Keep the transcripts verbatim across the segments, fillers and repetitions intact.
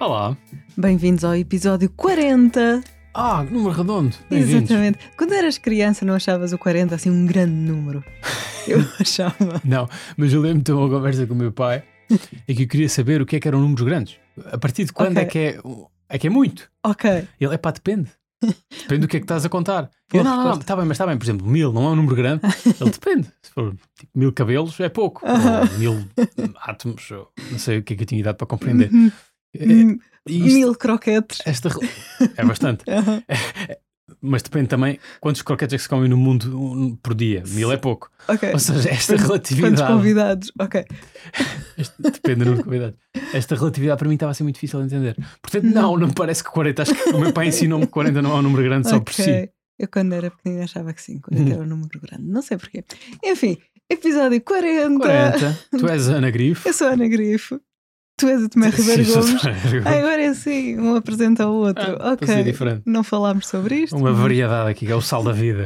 Olá. Bem-vindos ao episódio quarenta. Ah, número redondo. Exatamente. Quando eras criança não achavas o quarenta assim um grande número? Eu achava. Não, mas eu lembro de ter uma conversa com o meu pai e que eu queria saber o que é que eram números grandes. A partir de quando Ok. é que é, é que é muito? Ok. Ele, é pá, depende. Depende do que é que estás a contar. Boa Eu, não, não, não, resposta. está bem, mas está bem, por exemplo, mil não é um número grande. Ele depende. Se for tipo, mil cabelos é pouco. Ou mil átomos, ou não sei o que é que eu tinha idade para compreender. É, Hum, isto- Mil croquetes. esta, é bastante. Aham. Mas depende também quantos croquetes é que se comem no mundo um, por dia. Mil é pouco. Ok. Ou seja, esta Quantos relatividade. convidados? Ok. Este- depende do número de convidados. Esta relatividade para mim estava a ser muito difícil de entender. Portanto, não, não me parece que quarenta. Acho que o meu pai ensinou-me que quarenta não é um número grande só por si. Ok. Eu quando era pequenina achava que sim, quarenta era um número grande. Não sei porquê. Enfim, episódio quarenta. quarenta. Tu és a Ana Grifo. Eu sou a Ana Grifo. Tu és o Tomé Sim, Ribeiro sou Gomes. a Ana Grifo. Ah, agora é assim, um apresenta o outro. Ah, para ser Ok. diferente. Não falámos sobre isto? Uma variedade aqui, que é o sal da vida.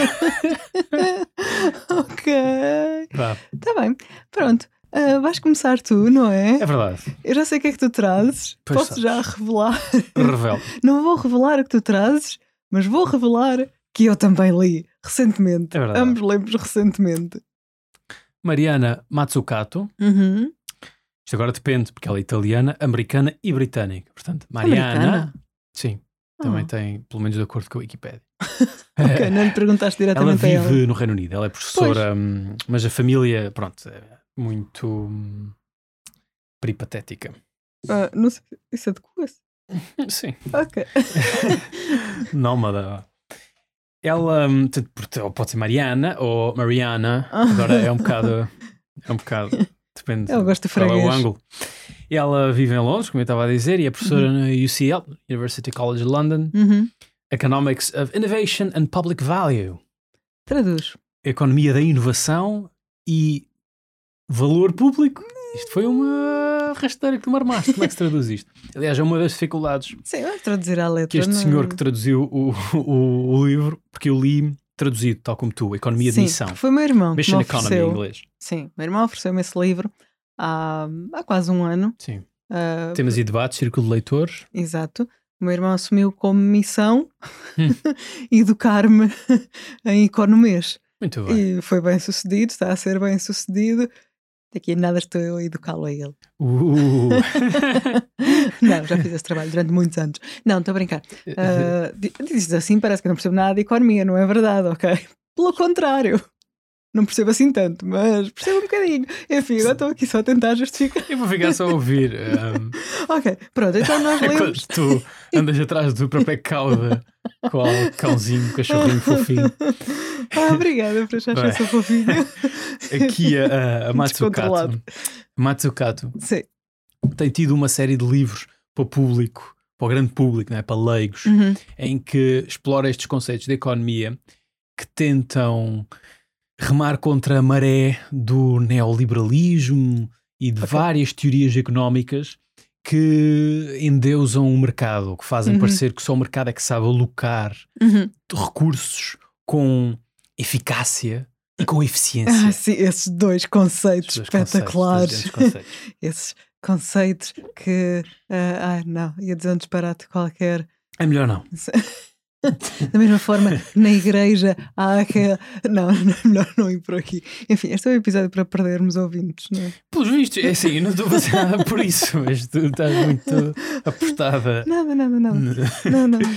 Ok. Vá, Está bem. Pronto. Ah, vais começar tu, não é? é verdade. Eu já sei o que é que tu trazes. Pois Posso sabes. já revelar. Revelo. Não vou revelar o que tu trazes, mas vou revelar que eu também li recentemente. É verdade. Ambos lemos recentemente. Mariana Mazzucato. Uhum. Isto agora depende, porque ela é italiana, americana e britânica. Portanto, Mariana. Americana? Sim, também Ah. tem, pelo menos de acordo com a Wikipédia. Ok, não lhe perguntaste Ela diretamente a vive ela. no Reino Unido, ela é professora, hum, mas a família, pronto, é muito hum, peripatética. Ah, não sei, isso adequa-se. Sim, Ok. nómada. Ela hum, t- portanto, ou pode ser Mariana ou Mariana, Ah. agora é um bocado, é um bocado, depende Eu gosto de qual é o freguês. ângulo. Ela vive em Londres, como eu estava a dizer, e é professora na U C L, University College London, Uhum. Economics of Innovation and Public Value. Traduz. Economia da inovação e valor público. Isto foi uma rasteira que tu me armaste. Como é que se traduz isto? Aliás, é uma das dificuldades Sim, vamos traduzir à letra. que este não- senhor que traduziu o, o, o livro, porque eu li traduzido, tal como tu, Economia Sim, de Missão. foi o meu irmão que me Mission Economy em ofereceu. inglês. Sim, meu irmão ofereceu-me esse livro há, há quase um ano. Sim. Ah, Temas e debates, círculo de leitores. Exato. O meu irmão assumiu como missão Hum. educar-me em economês. Muito bem. E foi bem sucedido, está a ser bem sucedido. Daqui a nada estou eu a educá-lo a ele. Uh. Não, já fiz esse trabalho durante muitos anos. Não, estou a brincar. Ah, di- dizes assim, parece que eu não percebo nada de economia, não é verdade, ok? Pelo contrário. Não percebo assim tanto, mas percebo um bocadinho. Enfim, agora estou aqui só a tentar justificar. Eu vou ficar só a ouvir. um, Ok, pronto, então nós quando lemos. tu andas atrás do próprio cauda, qual cãozinho, cachorrinho fofinho. Ah, obrigada por achar Bem. essa fofinha. Aqui a, a Mazzucato. Descontrolado. Mazzucato Sim. tem tido uma série de livros para o público, para o grande público, não é? Para leigos, Uhum. em que explora estes conceitos de economia que tentam remar contra a maré do neoliberalismo e de Ok. várias teorias económicas que endeusam o mercado, que fazem Uhum. parecer que só o mercado é que sabe alocar Uhum. recursos com eficácia e com eficiência. Ah, sim, esses dois conceitos Estes dois espetaculares. conceitos, estes conceitos. Esses conceitos que. ah, ai, não, ia dizer um disparate qualquer. É melhor não. Da mesma forma, na igreja há aquela. Não, não é melhor não ir por aqui. Enfim, este é um episódio para perdermos ouvintes, não é? Pelos vistos, é assim, eu não estou a fazer nada por isso, mas tu estás muito apostada. Nada, nada, nada. Não, não.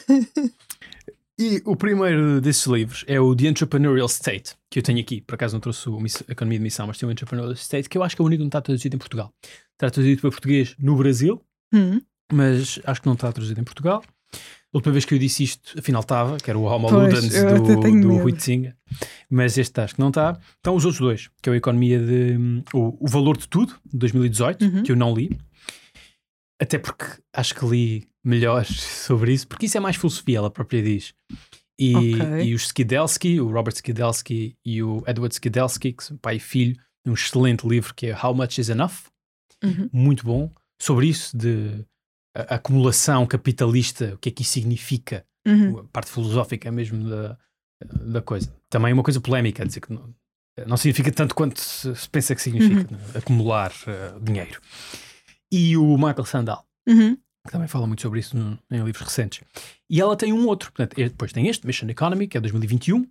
E o primeiro desses livros é o The Entrepreneurial State, que eu tenho aqui. Por acaso não trouxe o Miss- Economia de Missão, mas tem o Entrepreneurial State, que eu acho que é o único que não está traduzido em Portugal. Está traduzido para português no Brasil, Hum, mas acho que não está traduzido em Portugal. A última vez que eu disse isto, afinal estava, que era o Homo Pois, Ludens eu até do, tenho do medo. Rui Tzinga, mas este acho que não está. Estão os outros dois, que é o Economia de... hum, O, o Valor de Tudo, de dois mil e dezoito, Uhum. que eu não li. Até porque acho que li melhor sobre isso, porque isso é mais filosofia, ela própria diz. E, Ok. e os Skidelsky, o Robert Skidelsky e o Edward Skidelsky, que são pai e filho, um excelente livro que é How Much is Enough, uhum. muito bom, sobre isso de a, a acumulação capitalista, o que é que isso significa, Uhum. a parte filosófica mesmo da, da coisa. Também é uma coisa polémica, a dizer que não, não significa tanto quanto se, se pensa que significa, Uhum. né? Acumular uh, dinheiro. E o Michael Sandel, Uhum. que também fala muito sobre isso no, em livros recentes. E ela tem um outro, portanto, depois tem este, Mission Economy, que é dois mil e vinte e um.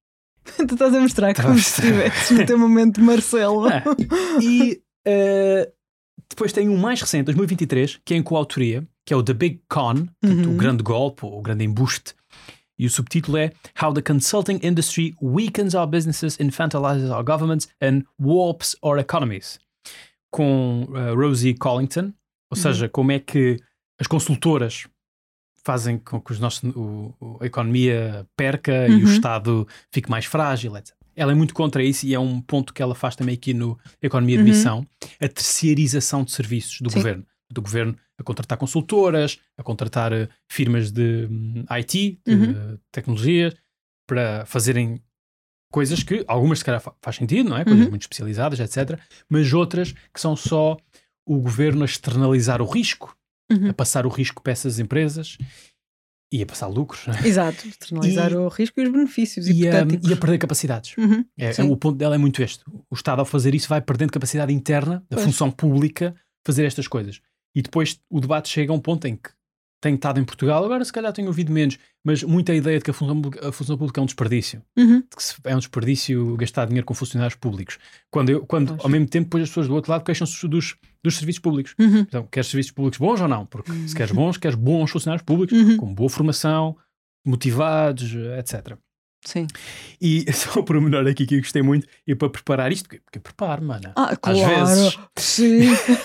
Tu estás a mostrar como se estivesse no teu momento de Marcelo. Ah, e uh, depois tem um mais recente, dois mil e vinte e três, que é em coautoria, que é o The Big Con, portanto, Uhum. o grande golpe, o grande embuste. E o subtítulo é How the Consulting Industry Weakens Our Businesses, Infantilizes Our Governments and Warps Our Economies. Com uh, Rosie Collington, ou seja, Uhum. como é que as consultoras fazem com que os nossos, o, o, a economia perca Uhum. e o Estado fique mais frágil, etcétera. Ela é muito contra isso e é um ponto que ela faz também aqui no Economia de Uhum. Missão, a terceirização de serviços do Sim. governo. Do governo a contratar consultoras, a contratar uh, firmas de um, I T, de Uhum. tecnologia, para fazerem coisas que, algumas se calhar fa- faz sentido, não é? Coisas Uhum. muito especializadas, etcétera. Mas outras que são só o governo a externalizar o risco, Uhum. a passar o risco para essas empresas e a passar lucros, não é? Exato, externalizar E- o risco e os benefícios E, a, hipotéticos. e a perder capacidades. Uhum. É, é, Sim. o ponto dela é muito este. O Estado, ao fazer isso, vai perdendo capacidade interna da Pois. função pública fazer estas coisas. E depois o debate chega a um ponto em que tenho estado em Portugal, agora se calhar tenho ouvido menos, mas muita ideia de que a função, a função pública é um desperdício. Uhum. De que se- é um desperdício gastar dinheiro com funcionários públicos. Quando, eu, quando Pois. ao mesmo tempo, depois as pessoas do outro lado queixam-se dos, dos serviços públicos. Uhum. Então, queres serviços públicos bons ou não? Porque se queres bons, queres bons funcionários públicos, Uhum. com boa formação, motivados, etcétera. Sim. E só por um menor aqui que eu gostei muito, e para preparar isto, porque eu preparo, mano. Ah, Às claro. vezes. Sim.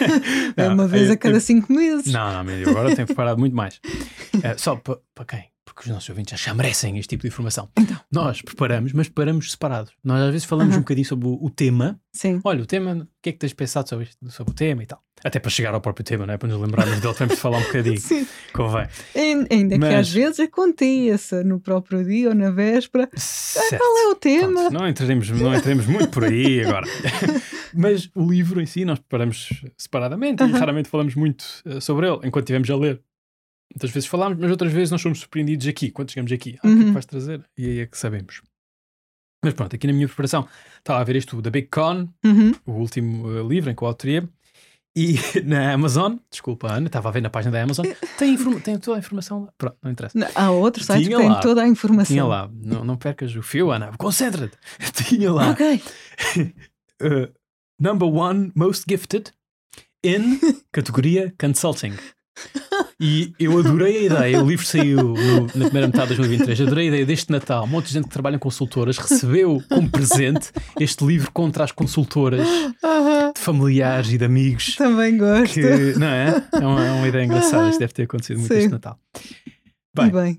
É Não, uma vez eu- a cada eu- cinco meses. Não, não, mas eu agora tenho preparado muito mais. Eh, só para, para quem? Porque os nossos ouvintes já merecem este tipo de informação. Então. Nós preparamos, mas preparamos separados. Nós às vezes falamos Uhum. um bocadinho sobre o, o tema. Sim. Olha, o tema, o que é que tens pensado sobre, isto, sobre o tema e tal? Até para chegar ao próprio tema, não é? Para nos lembrarmos dele, temos de falar um bocadinho. Sim. Convém. Ain- Ainda que Mas- às vezes aconteça no próprio dia ou na véspera. Certo. Qual é o tema? Pronto, não entraremos, não entraremos muito por aí agora. Mas o livro em si nós preparamos separadamente e Aham. raramente falamos muito uh, sobre ele enquanto estivemos a ler. Muitas vezes falamos, mas outras vezes nós somos surpreendidos aqui, quando chegamos aqui. Ah, o que é que Uhum. vais trazer? E aí é que sabemos. Mas pronto, aqui na minha preparação estava a ver este, o The Big Con, Uhum. o último uh, livro em coautoria, e na Amazon, desculpa Ana, estava a ver na página da Amazon, tem, informa- tem toda a informação lá. Pronto, não interessa. Não, há outro site Tinha que tem lá. toda a informação. Tinha lá, não, não percas o fio, Ana, concentra-te. Tinha lá. Ok. Uh, number one most gifted in categoria consulting. E eu adorei a ideia. O livro saiu no- na primeira metade de dois mil e vinte e três. Adorei a ideia deste Natal. Um monte de gente que trabalha em consultoras recebeu como presente este livro contra as consultoras Aham. de familiares e de amigos. Também gosto. Que, não é? É uma, é uma ideia engraçada. Isto deve ter acontecido muito Sim. este Natal. E Bem, bem.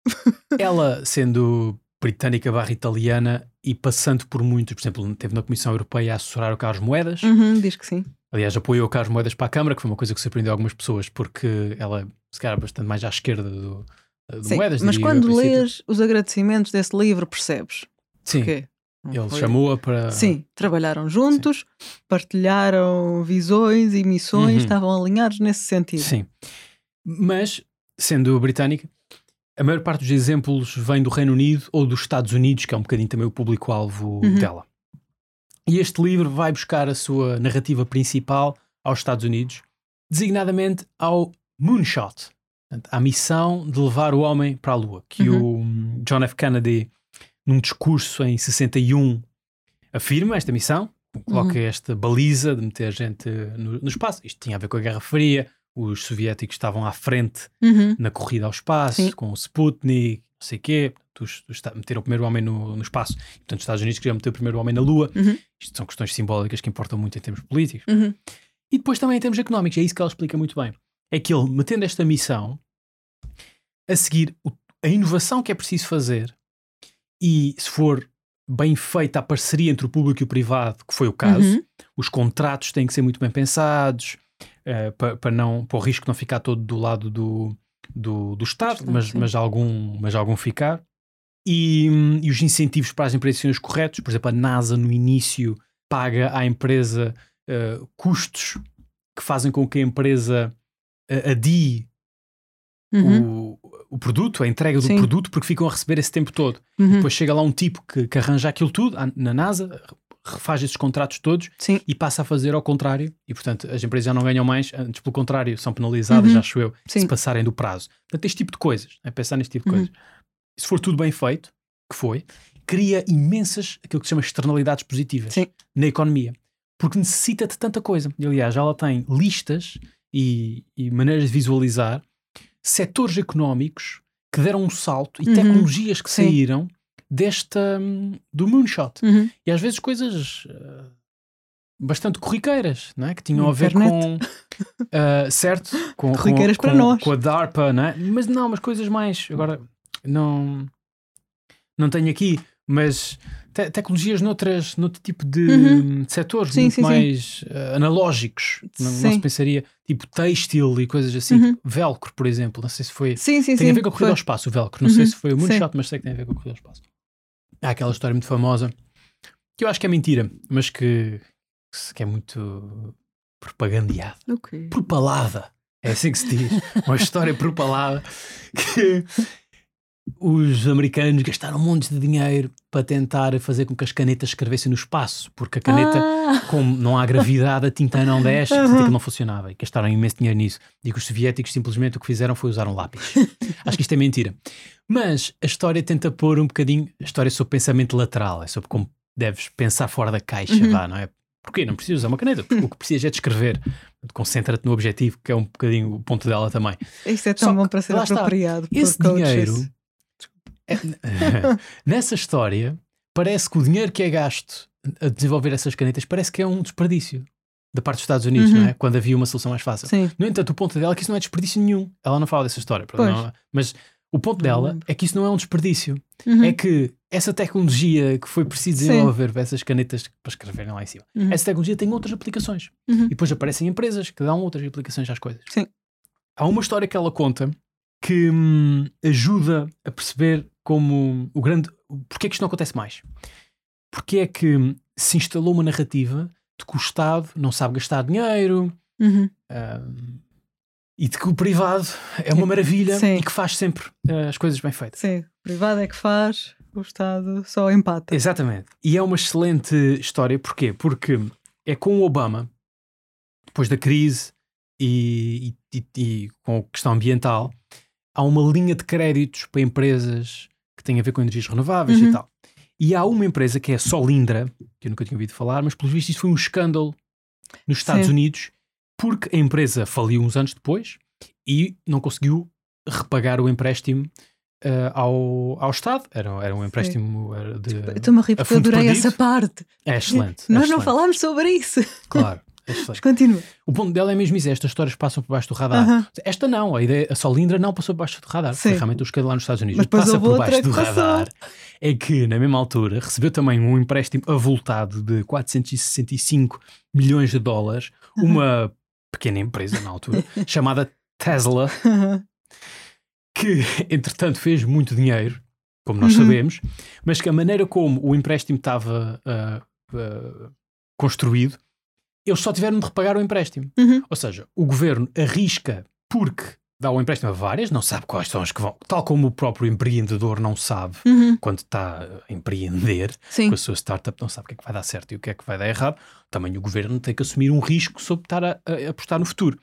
ela sendo britânica barra italiana e passando por muitos, por exemplo, esteve na Comissão Europeia a assessorar o Carlos Moedas. Uhum, diz que sim. Aliás, apoiou o Carlos Moedas para a Câmara, que foi uma coisa que surpreendeu algumas pessoas, porque ela, se calhar, bastante mais à esquerda do, do Sim, Moedas. mas diria eu, a quando princípio. lês os agradecimentos desse livro, percebes. Sim, Porquê? Não ele foi- chamou-a para... Sim, trabalharam juntos, partilharam visões e missões, Uhum. estavam alinhados nesse sentido. Sim. Mas, sendo britânica, a maior parte dos exemplos vem do Reino Unido ou dos Estados Unidos, que é um bocadinho também o público-alvo Uhum. dela. E este livro vai buscar a sua narrativa principal aos Estados Unidos, designadamente ao Moonshot, portanto, à missão de levar o homem para a Lua, que o hum, John F. Kennedy, num discurso em sessenta e um, afirma esta missão, coloca esta baliza de meter gente no, no espaço. Isto tinha a ver com a Guerra Fria, os soviéticos estavam à frente Uhum. na corrida ao espaço, Sim. com o Sputnik, não sei o quê. Os, os, meteram o primeiro homem no, no espaço. E, portanto, os Estados Unidos queriam meter o primeiro homem na Lua. Uhum. Isto são questões simbólicas que importam muito em termos políticos. Uhum. E depois também em termos económicos. É isso que ela explica muito bem. É que ele, metendo esta missão, a seguir o, a inovação que é preciso fazer, e se for bem feita a parceria entre o público e o privado, que foi o caso, Uhum. os contratos têm que ser muito bem pensados, uh, para, para, não, para o risco não ficar todo do lado do, do, do Estado, Estado, mas, sim. mas, algum, mas algum ficar. E, hum, e os incentivos para as empresas serem os corretos. Por exemplo, a NASA no início paga à empresa uh, custos que fazem com que a empresa uh, adie Uhum. o, o produto, a entrega do Sim. produto, porque ficam a receber esse tempo todo. Uhum. Depois chega lá um tipo que, que arranja aquilo tudo à- na NASA, refaz esses contratos todos Sim. e passa a fazer ao contrário. E, portanto, as empresas já não ganham mais, antes, pelo contrário, são penalizadas, Uhum. acho eu, Sim. se passarem do prazo. Portanto, este tipo de coisas, é pensar neste tipo de Uhum. coisas. Se for tudo bem feito, que foi, cria imensas, aquilo que se chama externalidades positivas Sim. na economia. Porque necessita de tanta coisa. E, aliás, ela tem listas e, e maneiras de visualizar setores económicos que deram um salto e Uhum. tecnologias que Sim. saíram desta, do moonshot. Uhum. E às vezes coisas uh, bastante corriqueiras, não é? Que tinham a ver com, Internet. uh, certo? Com, com, Corriqueiras para com, nós. com a DARPA, não é? Mas não, mas coisas mais, agora não, não tenho aqui, mas te- tecnologias noutras, noutro tipo de, Uhum. de setores, Sim, muito sim, sim. mais uh, analógicos. Não, não Sim. se pensaria, tipo têxtil e coisas assim. Uhum. Velcro, por exemplo, não sei se foi... Sim, sim, Tem sim. a ver com a corrida Foi. ao espaço, o velcro. Não sei Uhum. se foi o Sim. moonshot, mas sei que tem a ver com a corrida ao espaço. Há aquela história muito famosa, que eu acho que é mentira, mas que, que é muito propagandeada. Ok. Propalada. É assim que se diz. Uma história propalada que os americanos gastaram montes de dinheiro para tentar fazer com que as canetas escrevessem no espaço, porque a caneta, Ah. como não há gravidade, a tinta não desce, portanto Uhum. aquilo não funcionava. E gastaram imenso dinheiro nisso. E que os soviéticos simplesmente o que fizeram foi usar um lápis. Acho que isto é mentira. Mas a história tenta pôr um bocadinho... A história é sobre pensamento lateral, é sobre como deves pensar fora da caixa, Uhum. vá, não é? Porquê? Não precisas usar uma caneta. O que precisas é de escrever. Concentra-te no objetivo, que é um bocadinho o ponto dela também. Isto é tão Só bom que, para ser lá está, apropriado por esse coaches. dinheiro... É, nessa história, parece que o dinheiro que é gasto a desenvolver essas canetas parece que é um desperdício da parte dos Estados Unidos, Uhum. não é? Quando havia uma solução mais fácil. Sim. No entanto, o ponto dela é que isso não é desperdício nenhum. Ela não fala dessa história, Pois. não, mas o ponto Não dela lembro. é que isso não é um desperdício. Uhum. É que essa tecnologia que foi preciso Sim. desenvolver para essas canetas para escreverem lá em cima, Uhum. essa tecnologia tem outras aplicações. Uhum. E depois aparecem empresas que dão outras aplicações às coisas. Sim. Há uma história que ela conta que hum, ajuda a perceber como o grande... Porque é que isto não acontece mais? Porque é que hum, se instalou uma narrativa de que o Estado não sabe gastar dinheiro Uhum. hum, e de que o privado é uma maravilha Sim. e que faz sempre uh, as coisas bem feitas. Sim. O privado é que faz, o Estado só empata. Exatamente. E é uma excelente história. Porquê? Porque é com o Obama, depois da crise e, e, e, e com a questão ambiental, há uma linha de créditos para empresas que têm a ver com energias renováveis Uhum. e tal. E há uma empresa que é a Solindra, que eu nunca tinha ouvido falar, mas pelos vistos isso foi um escândalo nos Estados Sim. Unidos, porque a empresa faliu uns anos depois e não conseguiu repagar o empréstimo uh, ao, ao Estado. Era, era um empréstimo era de, Estou-me a rir a porque eu fundo adorei perdido. essa parte. É excelente. é Nós excelente. não falámos sobre isso. Claro. É Mas excelente. continua. O ponto dela é mesmo isso, estas histórias passam por baixo do radar. Aham. Esta não, a ideia, a Solindra não passou por baixo do radar. Foi Sim. realmente o escândalo lá nos Estados Unidos. Mas O que depois passa houve por outra baixo do que passou. radar é que, na mesma altura, recebeu também um empréstimo avultado de quatrocentos e sessenta e cinco milhões de dólares, Aham. uma pequena empresa na altura, chamada Tesla, Aham. que, entretanto, fez muito dinheiro, como nós Uhum. sabemos, mas que a maneira como o empréstimo estava uh, uh, construído, eles só tiveram de repagar o empréstimo. Uhum. Ou seja, o governo arrisca porque dá o empréstimo a várias, não sabe quais são as que vão, tal como o próprio empreendedor não sabe Uhum. quando está a empreender Sim. com a sua startup, não sabe o que é que vai dar certo e o que é que vai dar errado. Também o governo tem que assumir um risco sobre estar a, a apostar no futuro.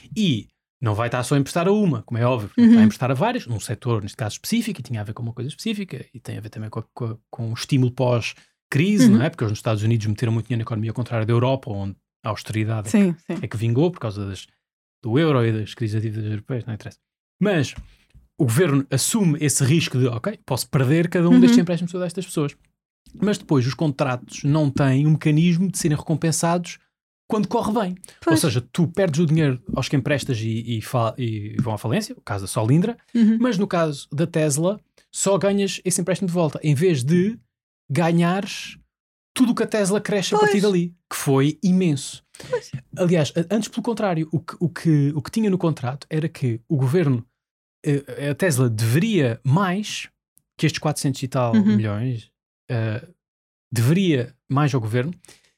E não vai estar só a emprestar a uma, como é óbvio, Uhum. vai emprestar a várias, num setor, neste caso específico, e tinha a ver com uma coisa específica, e tem a ver também com, a, com, a, com o estímulo pós-crise, Uhum. não é? Porque os Estados Unidos meteram muito dinheiro na economia, ao contrário da Europa, onde a austeridade é Sim, sim. é que vingou por causa das, do euro e das crises dívidas europeias, não interessa. Mas o governo assume esse risco de, ok, posso perder cada um Uhum. destes empréstimos a estas pessoas. Mas depois os contratos não têm um mecanismo de serem recompensados quando corre bem. Pois. Ou seja, tu perdes o dinheiro aos que emprestas e, e, fa- e vão à falência, o caso da Solindra, Uhum. mas no caso da Tesla só ganhas esse empréstimo de volta, em vez de ganhares tudo o que a Tesla cresce Pois. a partir dali, que foi imenso. Pois. Aliás, a- antes pelo contrário, o que, o, que, o que tinha no contrato era que o governo, eh, a Tesla deveria mais que estes quatrocentos e tal Uhum. milhões, eh, deveria mais ao governo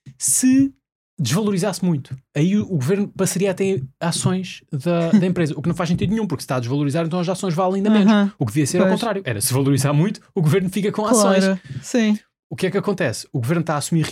se desvalorizasse muito. Aí o, o governo passaria a ter ações da, da empresa, o que não faz sentido nenhum, porque se está a desvalorizar, então as ações valem ainda menos. Aham. O que devia ser ao Pois. contrário, era se valorizar muito, o governo fica com ações. Claro. Sim. O que é que acontece? O governo está a assumir risco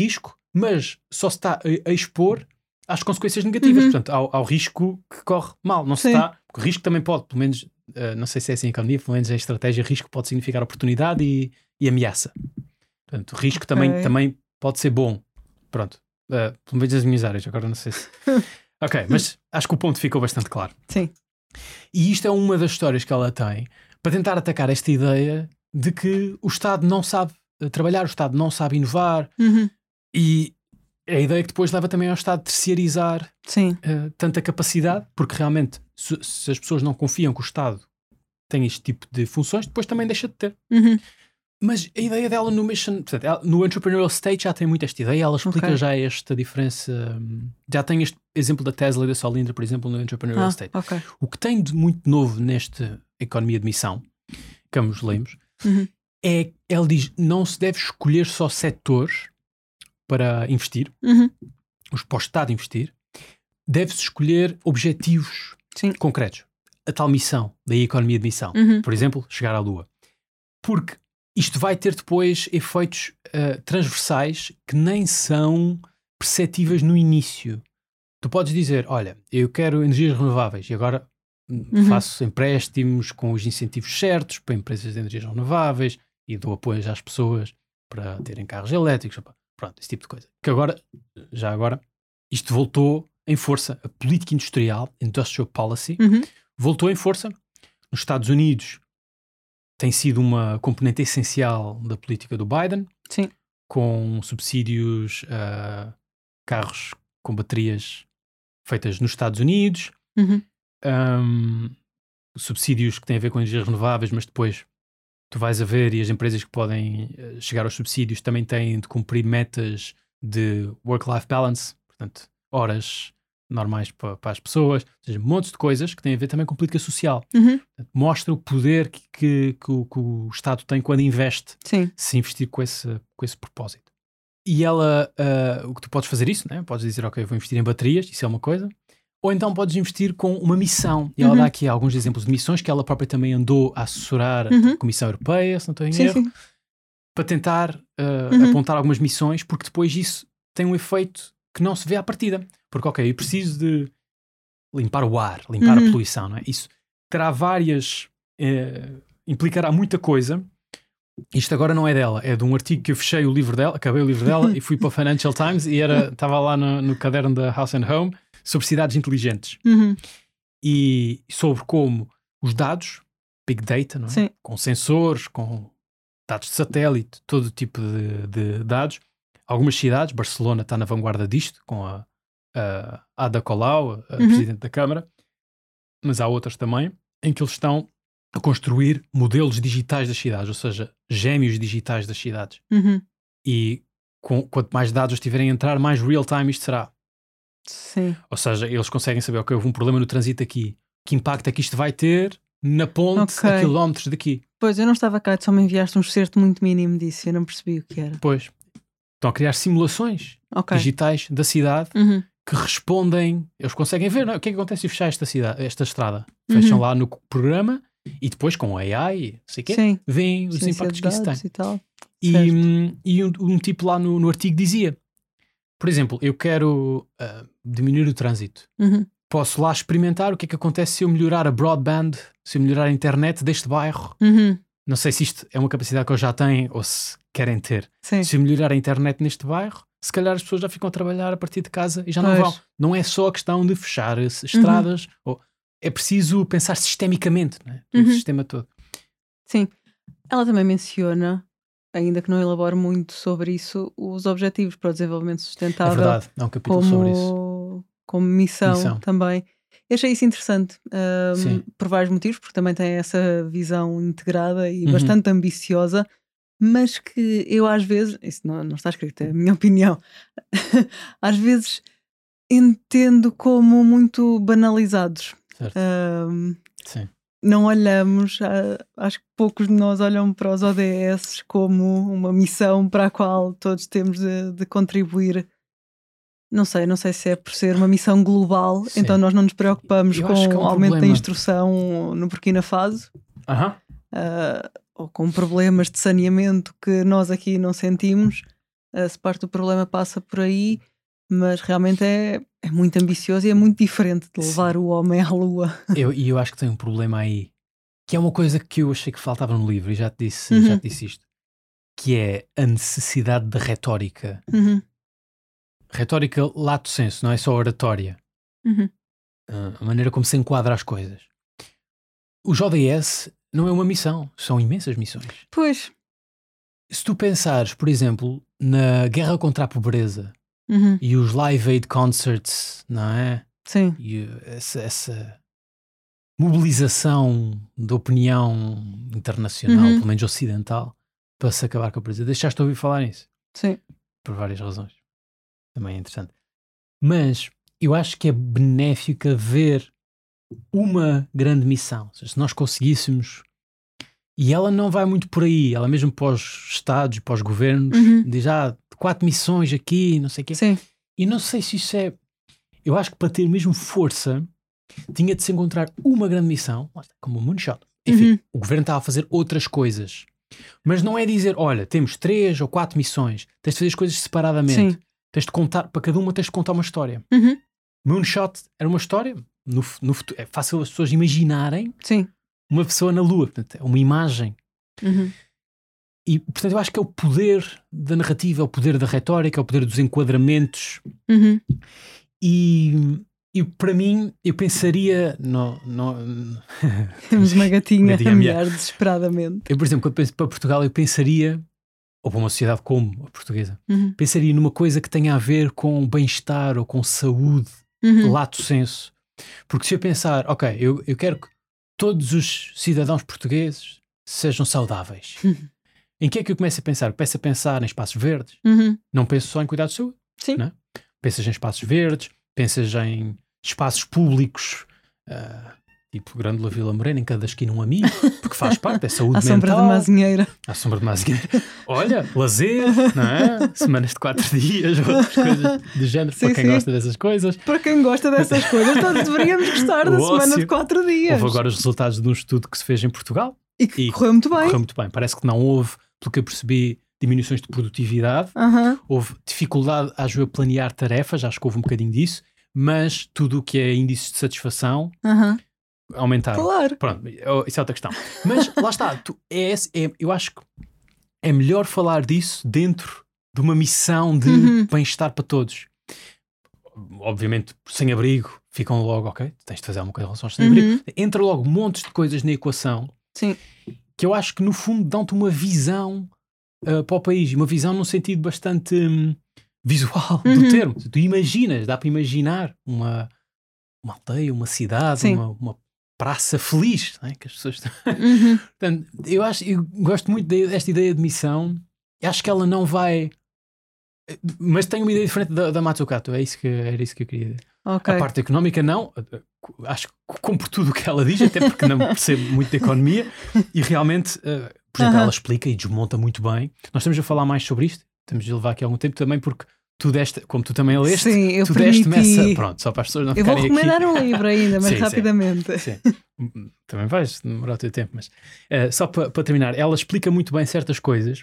mas só se está a, a expor às consequências negativas, Uhum. portanto, ao, ao risco que corre mal. Não se Sim. está, porque o risco também pode, pelo menos, uh, não sei se é assim em economia, pelo menos em estratégia, risco pode significar oportunidade e, e ameaça. Portanto, o risco Ok. também, também pode ser bom. Pronto, uh, pelo menos as minhas áreas, agora não sei se... Ok, mas acho que o ponto ficou bastante claro. Sim. E isto é uma das histórias que ela tem para tentar atacar esta ideia de que o Estado não sabe trabalhar, o Estado não sabe inovar, Uhum. e a ideia que depois leva também ao Estado terciarizar Sim. uh, tanta capacidade, porque realmente se, se as pessoas não confiam que o Estado tem este tipo de funções, depois também deixa de ter. Uhum. Mas a ideia dela no Mission, portanto, ela, no Entrepreneurial State já tem muito esta ideia, ela explica Ok. já esta diferença, um, já tem este exemplo da Tesla e da Solyndra, por exemplo, no Entrepreneurial Ah, State. ok. O que tem de muito novo nesta economia de missão, que ambos lemos, Uhum. é, ela diz, não se deve escolher só setores para investir, Uhum. os para o Estado investir, deve-se escolher objetivos Sim. concretos. A tal missão, da economia de missão. Uhum. Por exemplo, chegar à Lua. Porque isto vai ter depois efeitos uh, transversais que nem são perceptíveis no início. Tu podes dizer, olha, eu quero energias renováveis e agora Uhum. faço empréstimos com os incentivos certos para empresas de energias renováveis e dou apoio às pessoas para terem carros elétricos. Pronto, esse tipo de coisa. Que agora, já agora, isto voltou em força. A política industrial, Industrial Policy, Uhum. voltou em força. Nos Estados Unidos tem sido uma componente essencial da política do Biden, Sim. com subsídios a carros com baterias feitas nos Estados Unidos, Uhum. um, subsídios que têm a ver com energias renováveis, mas depois tu vais a ver e as empresas que podem uh, chegar aos subsídios também têm de cumprir metas de work-life balance, portanto, horas normais para, para as pessoas, ou seja, montes de coisas que têm a ver também com política social. Uhum. Portanto, mostra o poder que, que, que, o, que o Estado tem quando investe, Sim. se investir com esse, com esse propósito. E ela, uh, o que tu podes fazer isso, né? Podes dizer, ok, vou investir em baterias, isso é uma coisa, ou então podes investir com uma missão. E ela Uhum. dá aqui alguns exemplos de missões que ela própria também andou a assessorar Uhum. a Comissão Europeia, se não estou em Sim, erro, sim. para tentar uh, Uhum. apontar algumas missões, porque depois isso tem um efeito que não se vê à partida. Porque, ok, eu preciso de limpar o ar, limpar Uhum. a poluição, não é? Isso terá várias, eh, implicará muita coisa. Isto agora não é dela, é de um artigo que eu fechei o livro dela, acabei o livro dela e fui para o Financial Times e era, estava lá no, no caderno da House and Home sobre cidades inteligentes Uhum. e sobre como os dados, Big Data, não é? Sim. Com sensores, com dados de satélite, todo tipo de, de dados. Algumas cidades, Barcelona está na vanguarda disto, com a, a Ada Colau, a Uhum. Presidente da Câmara, mas há outras também, em que eles estão a construir modelos digitais das cidades, ou seja, gêmeos digitais das cidades. Uhum. E com, quanto mais dados estiverem a entrar, mais real-time isto será. Sim. Ou seja, eles conseguem saber, ok, houve um problema no trânsito aqui, que impacto é que isto vai ter na ponte Ok. a quilómetros daqui. Pois, eu não estava cá, só me enviaste um excerto muito mínimo disso, eu não percebi o que era. Depois, estão a criar simulações Ok. digitais da cidade Uhum. que respondem, eles conseguem ver, não é? O que é que acontece se fechar esta cidade, esta estrada? Fecham Uhum. lá no programa e depois com A I, não sei o quê, Sim. veem os Ciência impactos de que isso tem. dados e tal. E, Certo. hum, e um, um tipo lá no, no artigo dizia, por exemplo, eu quero uh, diminuir o trânsito. Uhum. Posso lá experimentar o que é que acontece se eu melhorar a broadband, se eu melhorar a internet deste bairro. Uhum. Não sei se isto é uma capacidade que eles já têm ou se querem ter. Sim. Se eu melhorar a internet neste bairro, se calhar as pessoas já ficam a trabalhar a partir de casa e já não Pois. vão. Não é só a questão de fechar as estradas. Ou, é preciso pensar sistemicamente, não é? O Uhum. sistema todo. Sim. Ela também menciona, ainda que não elabore muito sobre isso, os Objetivos para o Desenvolvimento É Sustentável verdade, há um capítulo sobre isso. como, como missão, Missão. também. Eu achei isso interessante, um, Sim. por vários motivos, porque também tem essa visão integrada e Uhum. bastante ambiciosa, mas que eu às vezes, isso não, não está escrito, é a minha opinião, às vezes entendo como muito banalizados. Certo. Um, Sim. não olhamos, a- acho que poucos de nós olham para os O D S como uma missão para a qual todos temos de, de contribuir. Não sei, não sei se é por ser uma missão global, Sim. então nós não nos preocupamos Eu com acho que é um o aumento da problema. instrução no Burkina Faso, Aham. ah, ou com problemas de saneamento que nós aqui não sentimos. uh, se parte do problema passa por aí, mas realmente é, é muito ambicioso e é muito diferente de levar Sim. o homem à Lua. E eu, eu acho que tem um problema aí, que é uma coisa que eu achei que faltava no livro, e já te disse, Uhum. já te disse isto, que é a necessidade de retórica. Uhum. Retórica lato sensu, não é só oratória. Uhum. Uh, a maneira como se enquadra as coisas. Os O D S não é uma missão, são imensas missões. Pois. Se tu pensares, por exemplo, na guerra contra a pobreza uhum. e os Live Aid Concerts, não é? Sim. E essa, essa mobilização da opinião internacional, uhum. pelo menos ocidental, para se acabar com a pobreza. Deixaste de ouvir falar nisso? Sim. Por várias razões. Também é interessante. Mas eu acho que é benéfico haver uma grande missão. Ou seja, se nós conseguíssemos... E ela não vai muito por aí. Ela mesmo para os estados, para os governos, uhum. diz, ah, quatro missões aqui, não sei o quê. Sim. E não sei se isso é... Eu acho que para ter mesmo força, tinha de se encontrar uma grande missão, como o Moonshot. Enfim, uhum. o governo estava a fazer outras coisas. Mas não é dizer, olha, temos três ou quatro missões. Tens de fazer as coisas separadamente. Sim. Tens de contar, para cada uma tens de contar uma história. Uhum. Moonshot era uma história, no, no futuro, é fácil as pessoas imaginarem Sim. uma pessoa na Lua, portanto, é uma imagem. Uhum. E, portanto, eu acho que é o poder da narrativa, é o poder da retórica, é o poder dos enquadramentos. Uhum. E, e para mim, eu pensaria... No, no, Temos uma gatinha, gatinha a miar desesperadamente. Eu, por exemplo, quando penso para Portugal, eu pensaria, ou para uma sociedade como a portuguesa, uhum. pensaria numa coisa que tenha a ver com bem-estar ou com saúde, uhum. lato sensu. Porque se eu pensar, ok, eu, eu quero que todos os cidadãos portugueses sejam saudáveis. Uhum. Em que é que eu começo a pensar? Começo a pensar em espaços verdes. Uhum. Não penso só em cuidar de saúde. Sim. Não é? Pensas em espaços verdes, pensas em espaços públicos, uh, tipo Grândola Vila Morena, em cada esquina um amigo, porque faz parte, é saúde à mental. À sombra de Mazinheira. À sombra de Mazinheira. Olha, lazer, não é? Semanas de quatro dias, outras coisas do género, sim, para quem sim. gosta dessas coisas. Para quem gosta dessas coisas, todos deveríamos gostar da ócio. Semana de quatro dias. Houve agora os resultados de um estudo que se fez em Portugal. E que e correu muito bem. Correu muito bem. Parece que não houve, pelo que eu percebi, diminuições de produtividade. Uh-huh. Houve dificuldade, acho eu, a planear tarefas, acho que houve um bocadinho disso, mas tudo o que é índices de satisfação uh-huh. aumentaram. Claro. Pronto, isso é outra questão. Mas lá está, tu, é, é, eu acho que é melhor falar disso dentro de uma missão de uh-huh. bem-estar para todos. Obviamente, sem abrigo, ficam logo, ok, tens de fazer alguma coisa em relação ao sem abrigo. Uh-huh. Entra logo montes de coisas na equação. Sim. Que eu acho que no fundo dão-te uma visão uh, para o país, uma visão num sentido bastante um, visual uhum. do termo. Tu imaginas, dá para imaginar uma, uma aldeia, uma cidade, uma, uma praça feliz, não é? Que as pessoas uhum. Portanto, eu acho, eu gosto muito desta ideia de missão. Acho que ela não vai, mas tenho uma ideia diferente da, da Mazzucato. É isso que era isso que eu queria dizer. Okay. A parte económica não, acho que compro tudo o que ela diz, até porque não percebo muito de economia e realmente, uh, por exemplo, uh-huh. ela explica e desmonta muito bem. Nós estamos a falar mais sobre isto, temos de levar aqui algum tempo também, porque tu deste, como tu também leste, sim, eu tu permiti... deste-me essa, pronto, só para as pessoas não eu ficarem aqui. Eu vou recomendar aqui. um livro ainda, mas sim, rapidamente. Sim, sim. Também vais demorar o teu tempo, mas uh, só para, para terminar, ela explica muito bem certas coisas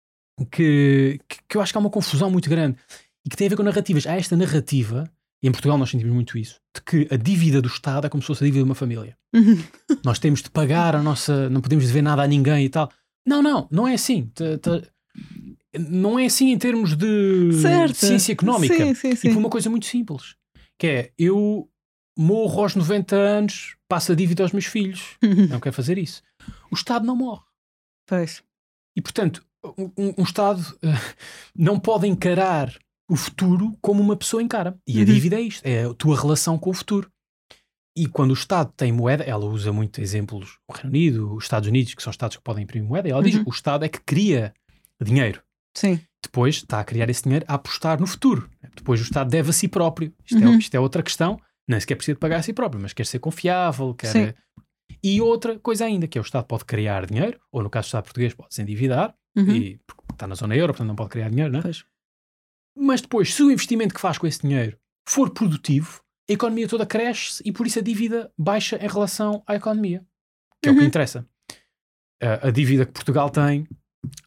que, que, que eu acho que há uma confusão muito grande e que tem a ver com narrativas. Há esta narrativa, e em Portugal nós sentimos muito isso, de que a dívida do Estado é como se fosse a dívida de uma família. Uhum. Nós temos de pagar a nossa... Não podemos dever nada a ninguém e tal. Não, não, não é assim. T- t- não é assim em termos de certo. ciência económica. Sim, sim, sim. E por uma coisa muito simples, que é, eu morro aos noventa anos, passo a dívida aos meus filhos. Uhum. Não quero fazer isso. O Estado não morre. Pois. E, portanto, um, um Estado uh, não pode encarar o futuro como uma pessoa encara. E a uhum. dívida é isto, é a tua relação com o futuro. E quando o Estado tem moeda, ela usa muito exemplos, o Reino Unido, os Estados Unidos, que são Estados que podem imprimir moeda, e ela uhum. diz que o Estado é que cria dinheiro. Sim. Depois está a criar esse dinheiro a apostar no futuro. Depois o Estado deve a si próprio. Isto, uhum. é, isto é outra questão. Nem sequer precisa pagar a si próprio, mas quer ser confiável. Quer... Sim. E outra coisa ainda, que é o Estado pode criar dinheiro, ou no caso do Estado português pode se endividar, uhum. e, porque está na zona euro, portanto não pode criar dinheiro, não é? Pois. Mas depois, se o investimento que faz com esse dinheiro for produtivo, a economia toda cresce e por isso a dívida baixa em relação à economia. Que é uhum. o que interessa. Uh, a dívida que Portugal tem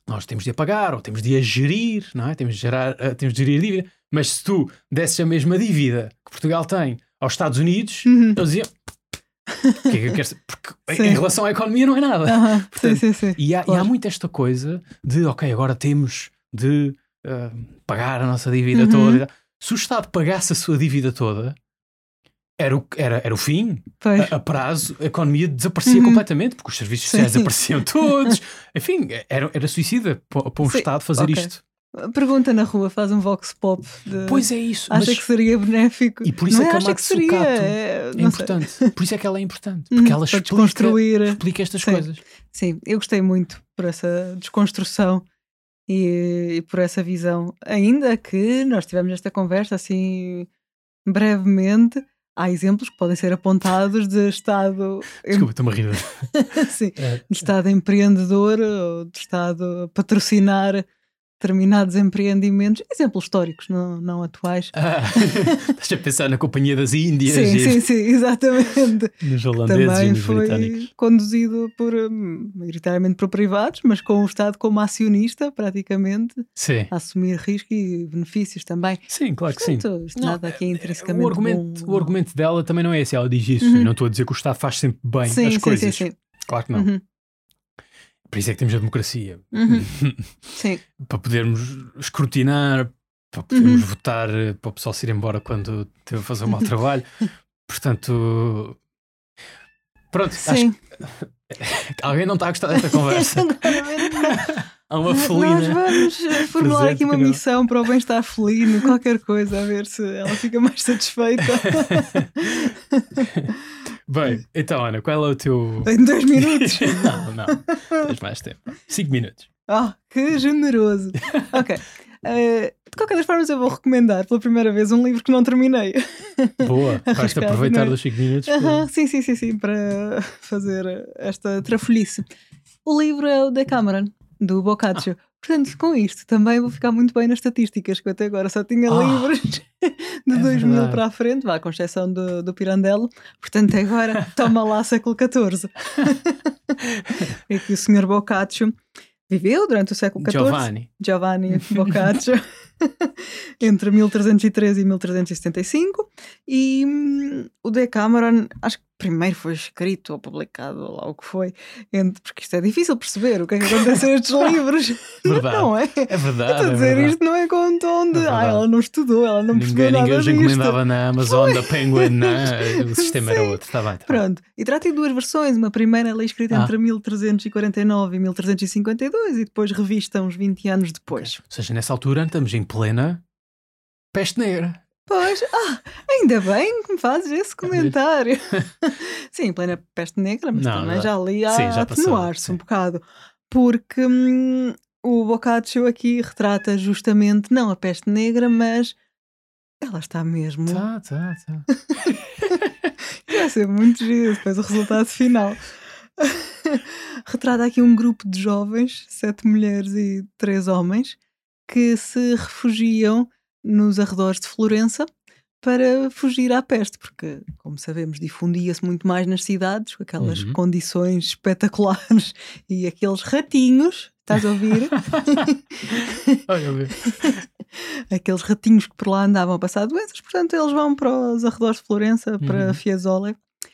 nós temos de a pagar ou temos de a gerir, não é? Temos de, gerar, uh, temos de gerir a dívida. Mas se tu desses a mesma dívida que Portugal tem aos Estados Unidos, Uhum. eles diziam... O que é que eu quero saber? Porque Sim. em relação à economia não é nada. Aham, Portanto, sim, sim, sim. E há, e Claro. há muito esta coisa de, ok, agora temos de uh, pagar a nossa dívida Uhum. toda. Se o Estado pagasse a sua dívida toda, era o, era, era o fim. Pois. A, a prazo, a economia desaparecia Uhum. completamente, porque os serviços sociais Sim. desapareciam todos. Enfim, era, era suicida para, para um Sim, Estado fazer ok. isto. Pergunta na rua, faz um vox pop. De... Pois é isso. Acha mas, que seria benéfico? e por isso não é que a acha que seria. Matsukato É, é não sei. importante. Por isso é que ela é importante. Porque Uhum, ela para explica, desconstruir. explica estas Sim. coisas. Sim, eu gostei muito por essa desconstrução e, e por essa visão. Ainda que nós tivemos esta conversa assim brevemente, há exemplos que podem ser apontados de Estado, Desculpa, estou-me a rir. sim, É, de Estado empreendedor ou de Estado a patrocinar determinados empreendimentos, exemplos históricos, não, não atuais. Ah, estás a pensar na Companhia das Índias Sim, e sim, sim, exatamente. nos holandeses e Também nos foi britânicos. conduzido por, hum, maioritariamente por privados, mas com o Estado como acionista, praticamente, Sim, a assumir risco e benefícios também. sim, claro que sim. Portanto, isto Não, nada aqui é é- intrinsecamente o argumento, bom. o argumento dela também não é esse. Ela diz isso. Uhum. Eu não estou a dizer que o Estado faz sempre bem Sim, as sim, coisas. sim, sim. Claro que não. Uhum, Por isso é que temos a democracia. uhum, sim. Para podermos escrutinar, para podermos Uhum. votar, para o pessoal se ir embora quando teve a fazer um mau trabalho. Portanto, pronto, acho Sim. que alguém não está a gostar desta conversa. Há uma Nós felina. vamos formular presente aqui uma que não. missão para o bem-estar felino, qualquer coisa, a ver se ela fica mais satisfeita. Bem, então Ana, qual é o teu... Em dois minutos. não, não, tens mais tempo. Cinco minutos. Oh, que generoso. Ok. Eh, de qualquer das formas, eu vou recomendar pela primeira vez um livro que não terminei. Boa, vais-te Arriscado, aproveitar não é? dos cinco minutos. para- Aham, sim, sim, sim, sim, para fazer esta trafolhice. O livro é o Decameron, do Boccaccio. Portanto, com isto também vou ficar muito bem nas estatísticas, que eu até agora só tinha Ah, livros de é dois mil verdade. para a frente, vá, com exceção do, do Pirandello. Portanto, agora toma lá século catorze. É que o senhor Boccaccio viveu durante o século catorze. Giovanni. Giovanni Boccaccio, entre mil trezentos e treze e mil trezentos e setenta e cinco, e hum, o Decameron, acho que primeiro foi escrito ou publicado, ou lá o que foi, entre, porque isto é difícil perceber o que é que acontece a estes livros. Verdade. Não é? É verdade. Estou a é dizer, verdade. isto não é com um tom de É ah, verdade. ela não estudou, ela não percebeu Ninguém, ninguém nada os disto. encomendava na Amazon, da Penguin, não é? O sistema era Sim. outro. Está bem, está bem. Pronto, e trata de duas versões. Uma primeira ela é escrita Ah. entre mil trezentos e quarenta e nove e mil trezentos e cinquenta e dois e depois revista uns vinte anos depois. Ou seja, nessa altura estamos em plena peste negra. Pois, ah, ainda bem que me fazes esse comentário. Sim, em plena peste negra, mas Não, também já- já ali a sim, já passou, atenuar-se sim. um bocado. Porque hum, o Boccaccio aqui retrata justamente não a peste negra, mas ela está mesmo. Tá, tá, tá. Vai ser muito giro depois o resultado final. Retrata aqui um grupo de jovens, sete mulheres e três homens, que se refugiam nos arredores de Florença para fugir à peste, porque, como sabemos, difundia-se muito mais nas cidades, com aquelas Uhum. condições espetaculares e aqueles ratinhos, estás a ouvir? Olha, meu. Aqueles ratinhos que por lá andavam a passar doenças, portanto eles vão para os arredores de Florença, para Uhum. Fiesole,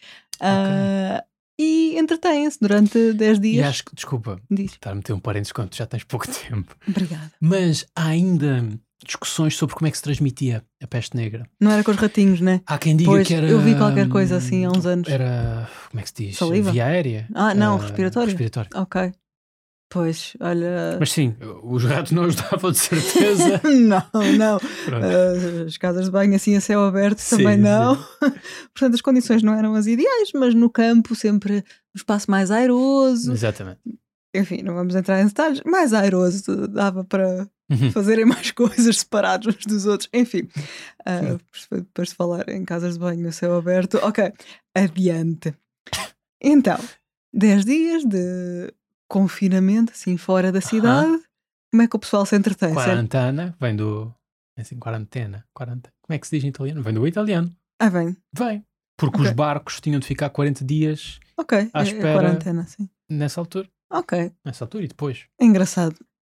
ah, e entretêm-se durante dez E dias. acho que, desculpa, Diz, estar a meter um parênteses quando já tens pouco tempo, obrigada. mas há ainda discussões sobre como é que se transmitia a peste negra. Não era com os ratinhos, né? Há quem diga Pois, que era. eu vi qualquer coisa assim há uns anos. Era. Como é que se diz? Saliva? Via aérea? Ah, não, Ah, respiratório. respiratório. Ok. Pois, olha. Mas sim, os ratos não ajudavam de certeza. Não, não. Pronto. Ah, as casas de banho assim a céu aberto Sim, também sim. não. Portanto, as condições não eram as ideais, mas no campo sempre um espaço mais airoso. Exatamente. Enfim, não vamos entrar em detalhes. Mais airoso, dava para Uhum. fazerem mais coisas separados uns dos outros. Enfim, ah, depois de falar em casas de banho a céu aberto. Ok, adiante. Então, dez dias de confinamento, assim, fora da cidade. Como é que o pessoal se entretém? Sempre- Quarantena, vem do. é assim, quarantena. Quaranta. Como é que se diz em italiano? Vem do italiano. Ah, bem, Vem. Porque Ok. os barcos tinham de ficar quarenta dias ok. À é- é espera. quarentena, sim. nessa altura. Ok, Nessa altura e depois. é engraçado.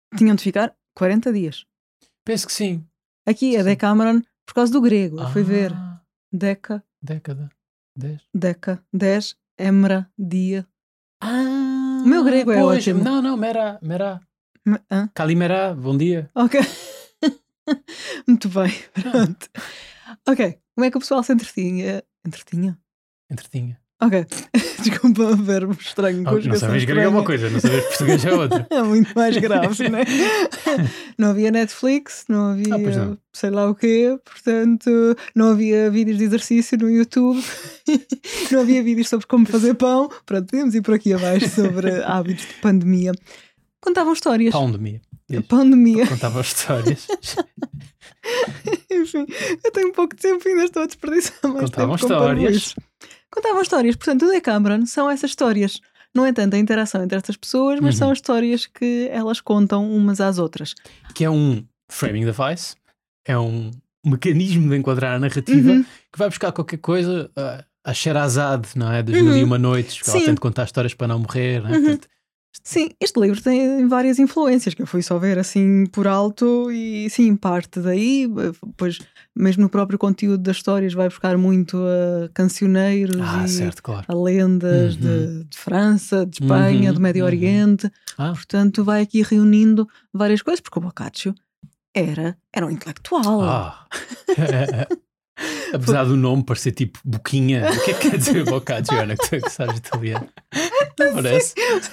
tinham de ficar quarenta dias. Penso que sim. Aqui é Sim. Decameron por causa do grego. Eu fui ver. Ah, Deca, década. Dez. deca, dez, emra, dia. Ah, O meu grego é pois. ótimo. Não, não, Merá. Merá. Me- hã? Calimerá, bom dia. Ok. Muito bem. Pronto. Ok. Como é que o pessoal se entretinha? Entretinha? Entretinha. Ok. Desculpa o verbo estranho. Oh, não sabes grego é uma coisa, não sabes português é outra. É muito mais grave, não é? Não havia Netflix, não havia Ah, pois não. sei lá o quê, portanto, não havia vídeos de exercício no YouTube, não havia vídeos sobre como fazer pão. Pronto, podemos ir por aqui abaixo sobre hábitos de pandemia. Contavam histórias. Pandemia. Diz. Pandemia. Contava histórias. Enfim, eu tenho um pouco de tempo e ainda estou a desperdiçar mais Contavam tempo com histórias. parvoíces. Contavam histórias. Portanto, o Decameron são essas histórias. Não é tanto a interação entre estas pessoas, mas Uhum. são as histórias que elas contam umas às outras. Que é um framing device, é um mecanismo de enquadrar a narrativa Uhum. que vai buscar qualquer coisa uh, a Sherazade, não é? Das Uhum. Mil e Uma Noites, que ela Sim. tem de contar histórias para não morrer, não é? Uhum. Portanto, Sim, este livro tem várias influências que eu fui só ver assim por alto e sim, parte daí, pois mesmo no próprio conteúdo das histórias vai buscar muito a cancioneiros ah, e certo, claro. a lendas Uhum. de, de França, de Espanha, Uhum, do Médio uhum. Oriente, Ah, portanto vai aqui reunindo várias coisas, porque o Boccaccio era, era um intelectual. ah. Apesar do nome parecer tipo boquinha, o que é que quer dizer Boccaccio, Ana, que tu que sabes italiano? Não parece?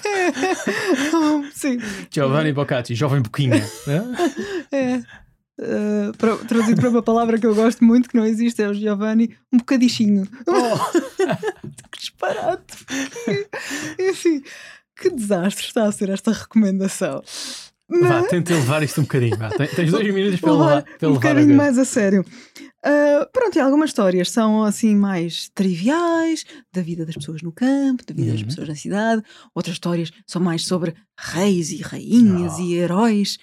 Sim. Giovanni Boccaccio, jovem boquinha. É. Uh, para, traduzido para uma palavra que eu gosto muito, que não existe, é o Giovanni, um bocadichinho. Oh. Que disparate! Enfim, que desastre está a ser esta recomendação. Vá, tenta levar isto um bocadinho. Vá. Tens dois minutos para Vou levar, levar para um levar bocadinho a... mais a sério. Uh, pronto, e algumas histórias são assim mais triviais, da vida das pessoas no campo, da vida Uhum. das pessoas na cidade. Outras histórias são mais sobre reis e rainhas Oh. e heróis.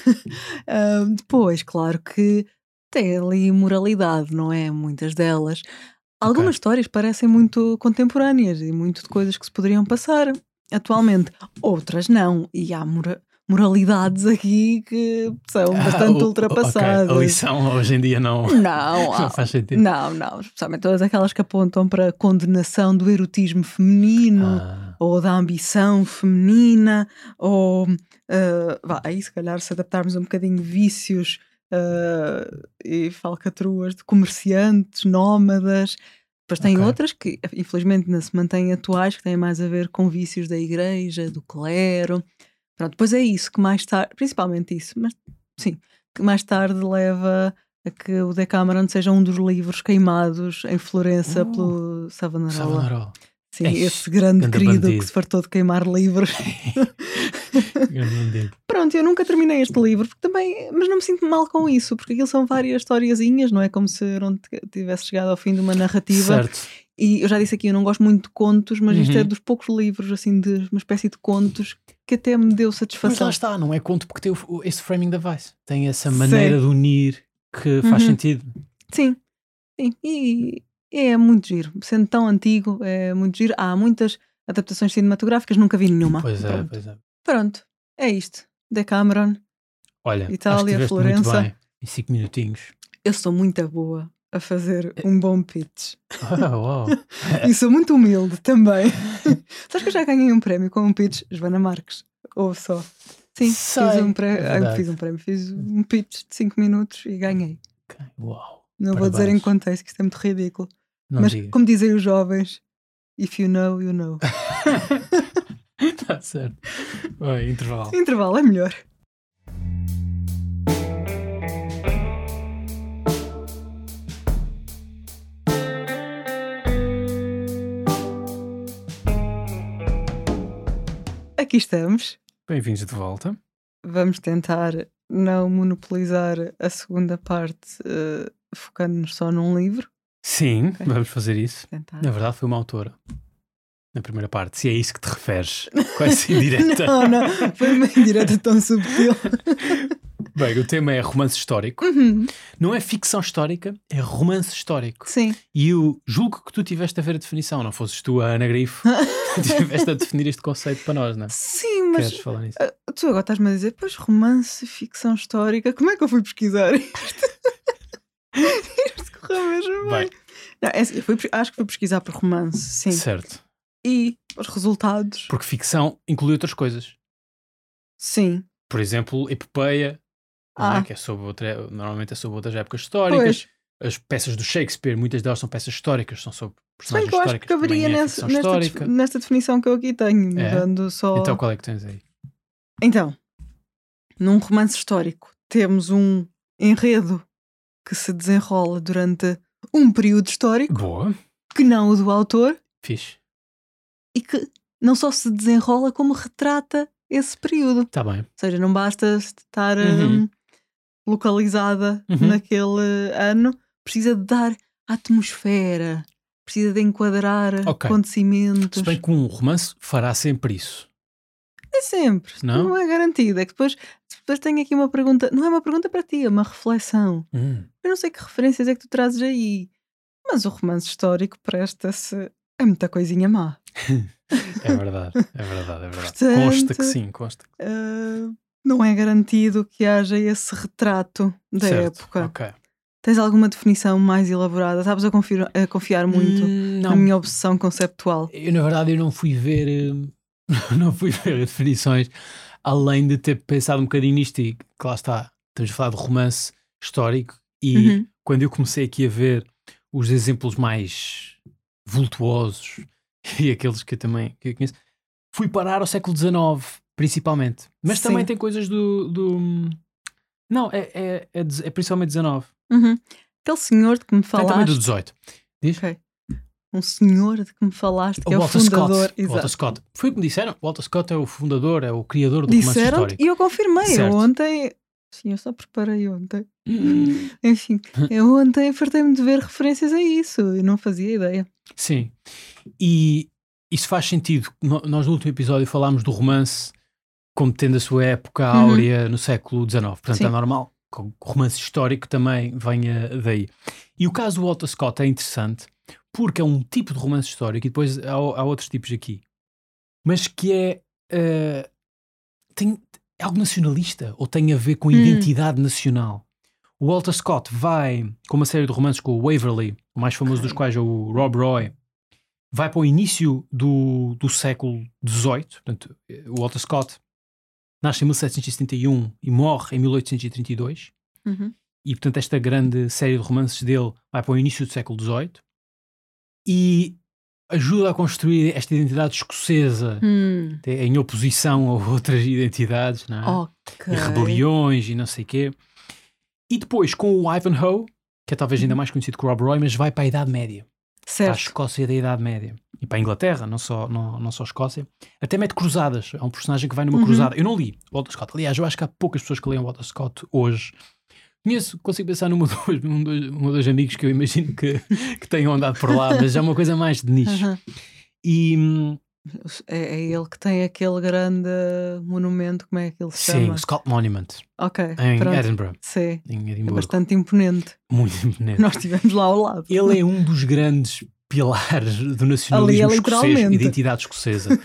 Uh, depois, claro que tem ali moralidade, não é? Muitas delas. Algumas Ok. histórias parecem muito contemporâneas e muito de coisas que se poderiam passar atualmente. Outras não. E há mora moralidades aqui que são Ah, bastante o- ultrapassadas. ok. A lição hoje em dia não, Não, não há- faz sentido. não, não. Especialmente todas aquelas que apontam para a condenação do erotismo feminino, Ah, ou da ambição feminina, ou ah, vá, aí se calhar se adaptarmos um bocadinho vícios ah, e falcatruas de comerciantes, nómadas. Depois tem Ok. outras que infelizmente não se mantêm atuais, que têm mais a ver com vícios da igreja, do clero. Pronto, depois é isso que mais tarde, principalmente isso, mas sim, que mais tarde leva a que o Decameron seja um dos livros queimados em Florença Uh, pelo Savonarola. Savonarola. Sim, Eish, esse grande ganda querido bandido. que se fartou de queimar livros. Grande bandido. Pronto, eu nunca terminei este livro, porque também, mas não me sinto mal com isso, porque aquilo são várias historiazinhas, não é como se eu não tivesse chegado ao fim de uma narrativa. Certo. E eu já disse aqui, eu não gosto muito de contos, mas isto é Uhum. dos poucos livros, assim, de uma espécie de contos que até me deu Mas satisfação. lá está, não é conto porque tem o, o- esse framing device. Tem essa maneira Sim. de unir que faz Uhum. sentido. Sim, sim. E é muito giro. Sendo tão antigo, é muito giro. Há muitas adaptações cinematográficas, nunca vi nenhuma. Pois é, Pronto. pois é. Pronto, é isto. Decameron, Olha, acho que Itália, estiveste muito Florença. bem em cinco minutinhos. Eu sou muito boa a fazer um bom pitch. Oh, uau. E sou muito humilde também. Sabes que eu já ganhei um prémio com um pitch, Joana Marques? Ou só? Sim, Sei, fiz um prémio. é Ai, verdade. fiz um prémio, fiz um pitch de cinco minutos e ganhei. Ok, uau. Não vou dizer em Parabéns. que contexto, que isto é muito ridículo. Não Mas digas. como dizem os jovens, if you know, you know. Está certo. Vai, intervalo. Intervalo é melhor. Aqui estamos. Bem-vindos de volta. Vamos tentar não monopolizar a segunda parte, eh, focando-nos só num livro. Sim, Ok. vamos fazer isso. Tentar. Na verdade, foi uma autora. Na primeira parte, se é isso que te referes com essa indireta. Não, não, foi uma indireta tão subtil. Bem, o tema é romance histórico. Uhum. Não é ficção histórica, é romance histórico. Sim. E eu julgo que tu tiveste a ver a definição, não fosses tu, a Ana Grifo, tiveste a definir este conceito para nós, não é? Sim, mas Queres falar nisso? uh, tu agora estás-me a dizer, pois romance, ficção histórica, como é que eu fui pesquisar isto? Isto correu mesmo bem. Bem. Não, é assim, eu fui, acho que fui pesquisar por romance, sim. Certo. E os resultados. Porque ficção inclui outras coisas. Sim. Por exemplo, epopeia, não é? Ah, Que é sobre outra, normalmente é sobre outras épocas históricas. pois. As peças do Shakespeare, muitas delas são peças históricas, são sobre Se bem personagens que eu acho que históricas. Também caberia é nesse- ficção nesta, def- histórica. nesta definição que eu aqui tenho, É? dando só. Então qual é que tens aí? Então, num romance histórico, temos um enredo que se desenrola durante um período histórico, Boa, que não o do autor, fixe. e que não só se desenrola, como retrata esse período. Está bem. Ou seja, não basta estar Uhum. hum, localizada Uhum. naquele ano, precisa de dar atmosfera, precisa de enquadrar Ok. acontecimentos. Se bem que um romance fará sempre isso. É sempre, Não? não é garantido. É que depois, depois tenho aqui uma pergunta, não é uma pergunta para ti, é uma reflexão. Hum. Eu não sei que referências é que tu trazes aí, mas o romance histórico presta-se a muita coisinha má. É verdade, é verdade, é verdade. Portanto, Consta que sim, consta. Uh, não é garantido que haja esse retrato da Certo, época. ok. Tens alguma definição mais elaborada? Estavas a, confir- a confiar muito Hum, na não, minha obsessão conceptual. eu na verdade eu não fui ver hum, não fui ver definições, além de ter pensado um bocadinho nisto e que lá está, estamos a falar de romance histórico e Uhum. quando eu comecei aqui a ver os exemplos mais vultuosos e aqueles que eu também que eu conheço, fui parar ao século dezenove principalmente, mas Sim. também tem coisas do, do... não, é, é, é, de- é principalmente dezenove, Uhum. Aquele senhor de que me tem também falaste. do dezoito. Diz? Ok. Um senhor de que me falaste que O é o Walter fundador. Scott. Walter Exato. Scott. Foi o que me disseram. Walter Scott é o fundador, é o criador do romance Disseram histórico. e eu confirmei. Eu Certo. ontem. Sim, eu só preparei ontem. Hum, Enfim, eu ontem fartei-me de ver referências a isso e não fazia ideia. sim. E isso faz sentido. No- Nós no último episódio falámos do romance como tendo a sua época áurea no século dezenove. Portanto, Sim. é normal que o romance histórico também venha daí. E o caso do Walter Scott é interessante porque é um tipo de romance histórico e depois há, há outros tipos aqui. Mas que é... eh, tem, é algo nacionalista ou tem a ver com a Hum. identidade nacional. O Walter Scott vai com uma série de romances com o Waverley, o mais famoso Ok. dos quais é o Rob Roy, vai para o início do, do século dezoito. Portanto, o Walter Scott nasce em mil setecentos e setenta e um e morre em mil oitocentos e trinta e dois. Uhum. E, portanto, esta grande série de romances dele vai para o início do século dezoito e ajuda a construir esta identidade escocesa Hum. em oposição a outras identidades, não é? Ok. E rebeliões e não sei o quê. E depois com o Ivanhoe, que é talvez ainda mais conhecido que o Rob Roy, mas vai para a Idade Média, para a Certo. Escócia da Idade Média e para a Inglaterra, não só, não, não só a Escócia. Até mete cruzadas, é um personagem que vai numa Uhum. cruzada. Eu não li Walter Scott, aliás, eu acho que há poucas pessoas que leem Walter Scott hoje. Conheço, consigo pensar num ou dois, um, dois, um ou dois amigos que eu imagino que, que tenham andado por lá, mas é uma coisa mais de nicho. Aham. E hum, É, é ele que tem aquele grande monumento, como é que ele se sim, chama? o Scott Monument, Ok, em pronto. Edinburgh, Sim, em é Edimburgo. bastante imponente. Muito imponente. Nós estivemos lá ao lado. Ele é um dos grandes pilares do nacionalismo Ali é escocês, literalmente. identidade escocesa.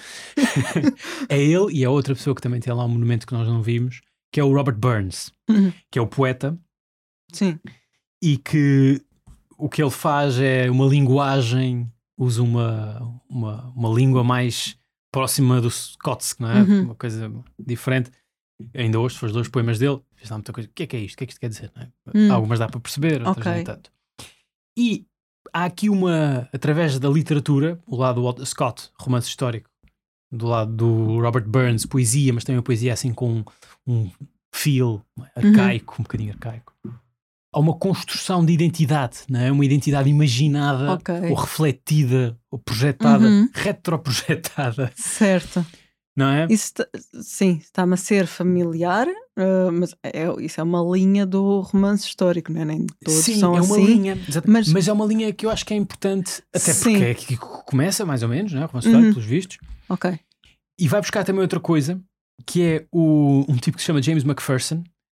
É ele e é outra pessoa que também tem lá um monumento que nós não vimos, que é o Robert Burns, Uhum. que é o poeta, Sim. e que o que ele faz é uma linguagem, usa uma, uma, uma língua mais próxima do Scots, não é? Uhum. Uma coisa diferente. Ainda hoje, se fores ler os poemas dele, fez lá muita coisa. O que é que é isto? O que é que isto quer dizer? Não é? Hum. Algumas dá para perceber, outras Ok. não tanto. E há aqui uma, através da literatura, o lado do Walter Scott, romance histórico, do lado do Robert Burns, poesia, mas também uma poesia assim com um feel arcaico, um bocadinho arcaico. Há uma construção de identidade, não é? Uma identidade imaginada, Ok. ou refletida, ou projetada, Uhum. retroprojetada, Certo. não é? Isso, está- sim, está-me a ser familiar, ah, mas é, isso é uma linha do romance histórico, não é? Nem todos Sim, são é uma assim. linha, exato. mas- mas... é uma linha que eu acho que é importante, até Sim. porque é aqui que começa, mais ou menos, não é? O romance histórico, Uhum. pelos vistos. Ok. E vai buscar também outra coisa, que é o, um tipo que se chama James Macpherson,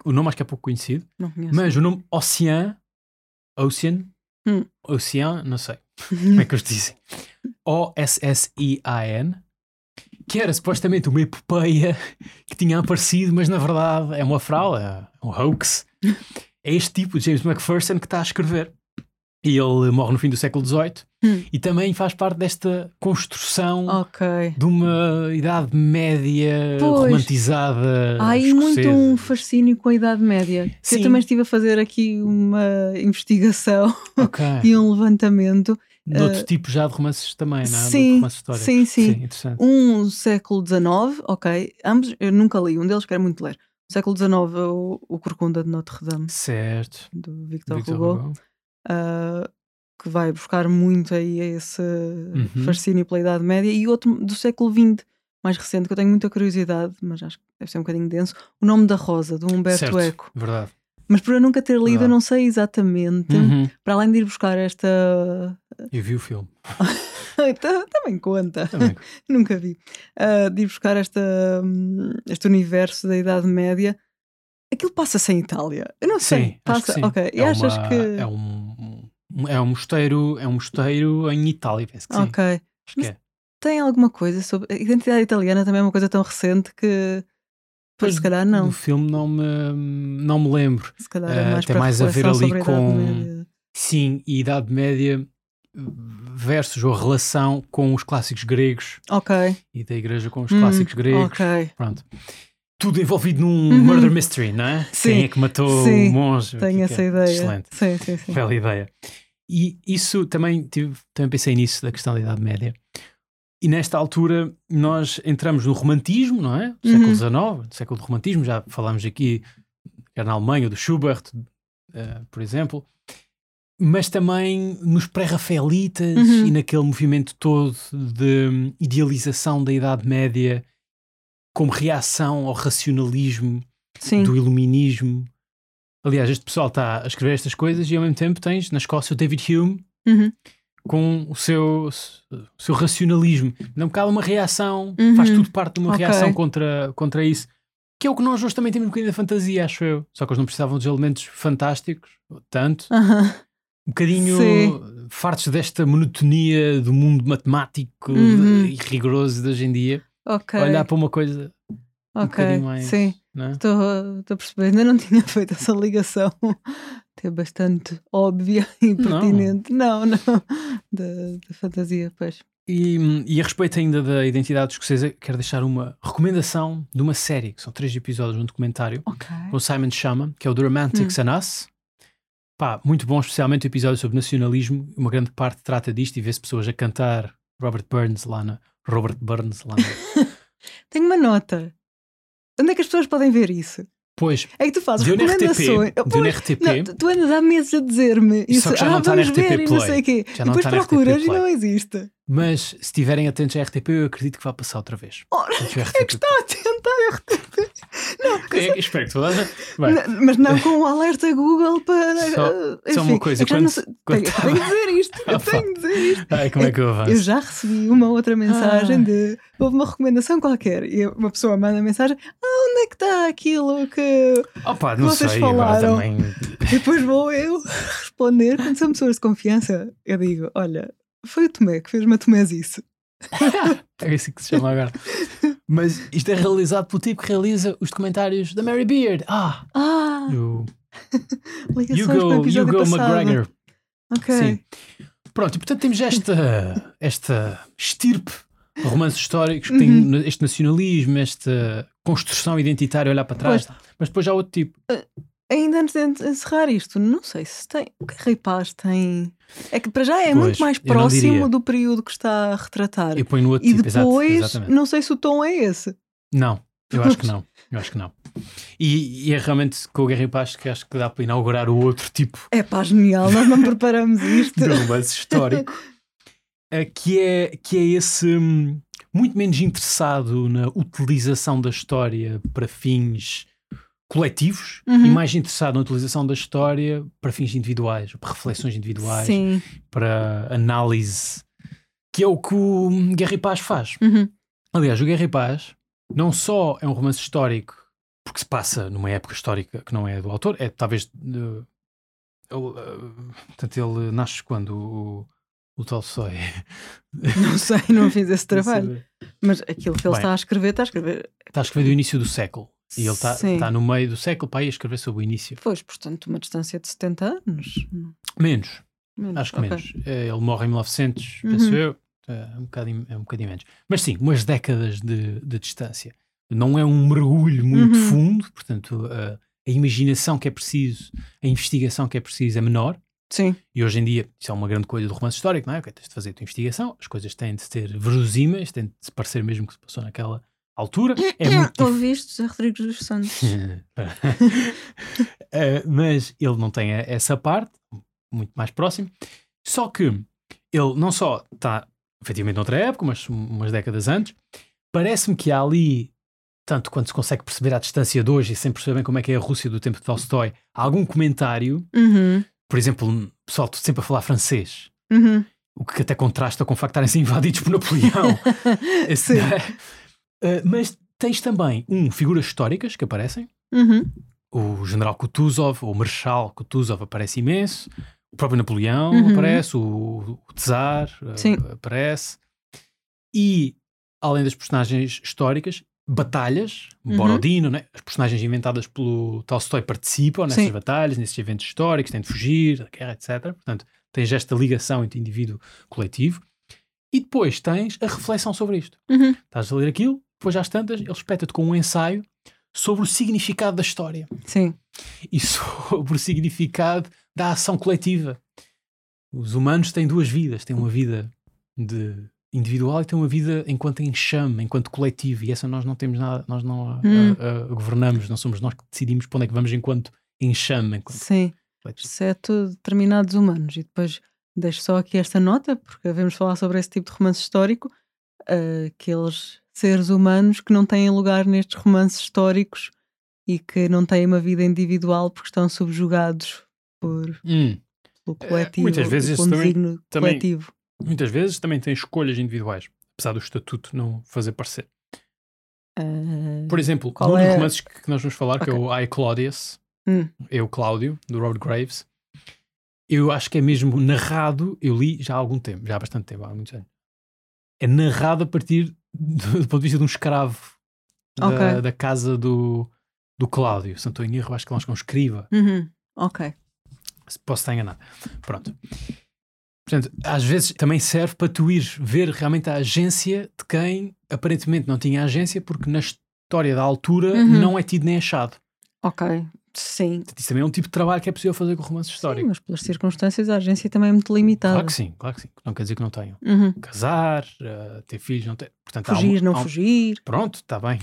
o nome acho que é pouco conhecido, Não conheço. mas o nome Ocean, Ocean, Hum. Ocean, não sei como é que eles dizem, O S S I A N, que era supostamente uma epopeia que tinha aparecido, mas na verdade é uma fraude, é um hoax. É este tipo de James McPherson que está a escrever. E ele morre no fim do século dezoito Hum. e também faz parte desta construção Ok. de uma Idade Média Pois. romantizada. Há aí muito um fascínio com a Idade Média. Que Sim. eu também estive a fazer aqui uma investigação Ok. e um levantamento. De outro uh, tipo já de romances também, não é? sim, De romances históricos. sim, sim. Interessante. Um século dezenove, ok. Ambos, eu nunca li, um deles quero muito ler. O século dezenove é o, o Corcunda de Notre Dame, Certo. do Victor, Victor Hugo, Hugo. uh, que vai buscar muito aí esse Uhum. fascínio pela Idade Média. E outro do século vinte, mais recente, que eu tenho muita curiosidade, mas acho que deve ser um bocadinho denso, O Nome da Rosa, do Humberto Certo. Eco. Verdade. Mas por eu nunca ter lido, Verdade. eu não sei exatamente, Uhum. para além de ir buscar esta... Eu vi o filme. Também conta. Também. Nunca vi. Uh, de ir buscar esta, hum, este universo da Idade Média. Aquilo passa-se em Itália. Eu não sei. Sim, passa. acho que sim. Ok. E É, achas uma, que. é, um, um- é um mosteiro, é um mosteiro em Itália, penso que sim. Ok. Acho que Mas é. tem alguma coisa sobre. A identidade italiana também é uma coisa tão recente que. Pois, se calhar não. Do filme não me, não me lembro. Se calhar é mais Uh, tem para mais a ver reflexão ali sobre a Idade com. Média. Sim, e Idade Média versus ou relação com os clássicos gregos Ok. e da igreja com os Hum, clássicos gregos. ok. Pronto. Tudo envolvido num Uhum. murder mystery, não é? Sim, Quem é que matou sim, o monge? Tenho Que- essa que é ideia. Excelente. Sim, sim, sim. Bela ideia. E isso também, tive, também pensei nisso, da questão da Idade Média. E nesta altura nós entramos no romantismo, não é? Do século Uhum. dezenove, do século do romantismo, já falámos aqui quer na Alemanha, do Schubert, uh, por exemplo, mas também nos pré-rafaelitas Uhum. e naquele movimento todo de idealização da Idade Média como reação ao racionalismo Sim. do iluminismo. Aliás, este pessoal está a escrever estas coisas e ao mesmo tempo tens na Escócia o David Hume Uhum. com o seu, o seu racionalismo. Não cabe uma reação, Uhum. faz tudo parte de uma Ok. reação contra, contra isso. Que é o que nós hoje também temos um bocadinho da fantasia, acho eu. Só que eles não precisavam dos elementos fantásticos, tanto. Aham. Um bocadinho Sim. fartos desta monotonia do mundo matemático Uhum. de, e rigoroso de hoje em dia. Ok. Olhar para uma coisa um Ok. bocadinho mais... Sim. Não é? Estou estou a perceber, ainda não tinha feito essa ligação. É bastante óbvia e pertinente. Não, não. Da, da fantasia, pois. E, e a respeito ainda da identidade escocesa, quero deixar uma recomendação de uma série, que são três episódios de um documentário, Ok. com o Simon Chama, que é o The Romantics Hum. and Us. Pá, muito bom, especialmente o episódio sobre nacionalismo. Uma grande parte trata disto e vê-se pessoas a cantar Robert Burns lá na... Robert Burns lá na... Tenho uma nota. Onde é que as pessoas podem ver isso? Pois, É que tu fazes deu no R T P, recomendações. deu no Pois, R T P. não, tu- tu andas há meses a dizer-me isso. Só que já não ah, está no vamos R T P ver e não Play. sei o quê. Já E não depois está no R T P procuras e Play. não existe. Mas se estiverem atentos à R T P, eu acredito que vai passar outra vez. Ora, Portanto, o R T P é que está atento à R T P. Não, É, espero que toda a gente- Bem, N- mas não com um alerta Google para. Só- uh, só uma enfim, coisa, é que já quando- não sei- quando tenho, tava- tenho de dizer isto. Eu Ah, pá. tenho de dizer isto. ai, como é que eu avanço? Eu já recebi uma outra mensagem Ah. de. Houve uma recomendação qualquer e uma pessoa manda mensagem: ah, onde é que está aquilo que. Opa, não vocês sei, falaram. agora também. E depois vou eu responder. Quando são pessoas de confiança, eu digo: olha, foi o Tomé que fez uma Tomézice. É assim que se chama agora. Mas isto é realizado pelo tipo que realiza os documentários da Mary Beard. Ah, Ah, o ligações com o Hugo, episódio Hugo passado. McGregor. Ok. Sim. Pronto, e portanto temos esta, esta estirpe de romances históricos que tem Uhum. este nacionalismo, esta construção identitária a olhar para trás, mas depois há outro tipo. Ainda antes de encerrar isto, não sei se tem. O que Rei Paz tem. É que para já é Pois, muito mais eu não próximo diria. do período que está a retratar. Eu ponho no outro E tipo, exato, depois, exatamente. não sei se o tom é esse. Não, eu acho que não. Eu acho que não. E, e é realmente com o Guerra e Paz que acho que dá para inaugurar o outro tipo É pá, genial, nós não preparamos isto. de romance histórico, eh, que é, que é esse hum, muito menos interessado na utilização da história para fins coletivos Uhum. e mais interessado na utilização da história para fins individuais, para reflexões individuais, Sim. para análise, que é o que o Guerra e Paz faz. Uhum. Aliás, o Guerra e Paz não só é um romance histórico porque se passa numa época histórica que não é do autor, é talvez. Uh, ele, uh, portanto, ele nasce quando o, o Tolstói. Não sei, não fiz esse trabalho. Mas aquilo que ele Bem, está a escrever, está a escrever. Está a escrever do início do século. E ele está, está no meio do século para ir escrever sobre o início. Pois, portanto, uma distância de setenta anos. Menos. menos Acho que okay. menos. Ele morre em mil e novecentos, uhum. penso eu. É um, bocadinho, é um bocadinho menos. Mas sim, umas décadas de, de distância. Não é um mergulho muito uhum. fundo, portanto, a, a imaginação que é preciso, a investigação que é preciso é menor. Sim. E hoje em dia, isso é uma grande coisa do romance histórico, não é? Okay, tens de fazer a tua investigação, as coisas têm de ser verosímeis, têm de se parecer mesmo que se passou naquela altura. É muito Ouviste, José Rodrigues dos Santos. uh, mas ele não tem essa parte, muito mais próximo. Só que ele não só está efetivamente noutra época, mas umas décadas antes. Parece-me que há ali, tanto quanto se consegue perceber à distância de hoje e sem perceber bem como é que é a Rússia do tempo de Tolstói, há algum comentário, uhum. por exemplo, o pessoal sempre a falar francês, uhum. o que até contrasta com o facto de estarem a ser invadidos por Napoleão. Esse, uh, mas tens também um, figuras históricas que aparecem, uhum. o general Kutuzov, o marechal Kutuzov aparece imenso, o próprio Napoleão uhum. aparece, o, o Czar uh, aparece, e além das personagens históricas, batalhas, uhum. Borodino, né? As personagens inventadas pelo Tolstói participam nessas Sim. batalhas, nesses eventos históricos, têm de fugir da guerra, etcétera. Portanto, tens esta ligação entre indivíduo e coletivo. E depois tens a reflexão sobre isto. Uhum. Estás a ler aquilo, depois às tantas, ele espeta-te com um ensaio sobre o significado da história. Sim. E sobre o significado da ação coletiva. Os humanos têm duas vidas. Têm uma vida de individual e têm uma vida enquanto enxame, enquanto coletivo. E essa nós não temos nada, nós não a, hum. a, a, a governamos, não somos nós que decidimos para onde é que vamos enquanto enxame. Enquanto Sim, coletivo. exceto determinados humanos. E depois deixo só aqui esta nota, porque devemos falar sobre esse tipo de romance histórico, uh, aqueles seres humanos que não têm lugar nestes romances históricos e que não têm uma vida individual porque estão subjugados por, hum. pelo coletivo, muitas vezes pelo também, designo também, coletivo. Muitas vezes também têm escolhas individuais, apesar do estatuto não fazer parecer. Uh, Por exemplo, qual num é? dos romances que nós vamos falar, okay. que é o I, Claudius, hum. Eu, Cláudio, do Robert Graves, eu acho que é mesmo narrado, eu li já há algum tempo, já há bastante tempo, há muitos anos. É narrado a partir do, do ponto de vista de um escravo da, okay. da casa do, do Cláudio. Se não estou em erro, acho que ele é um escriba. Uhum. Ok. Posso estar enganado. Pronto. Portanto, às vezes também serve para tu ires ver realmente a agência de quem aparentemente não tinha agência, porque na história da altura uhum. não é tido nem achado. Ok, sim. Portanto, isso também é um tipo de trabalho que é possível fazer com romance histórico. Sim, mas pelas circunstâncias a agência também é muito limitada. Claro que sim, claro que sim. Não quer dizer que não tenham. Uhum. Casar, uh, ter filhos, não ter. Portanto, fugir, há um, não há um... fugir. Pronto, está bem.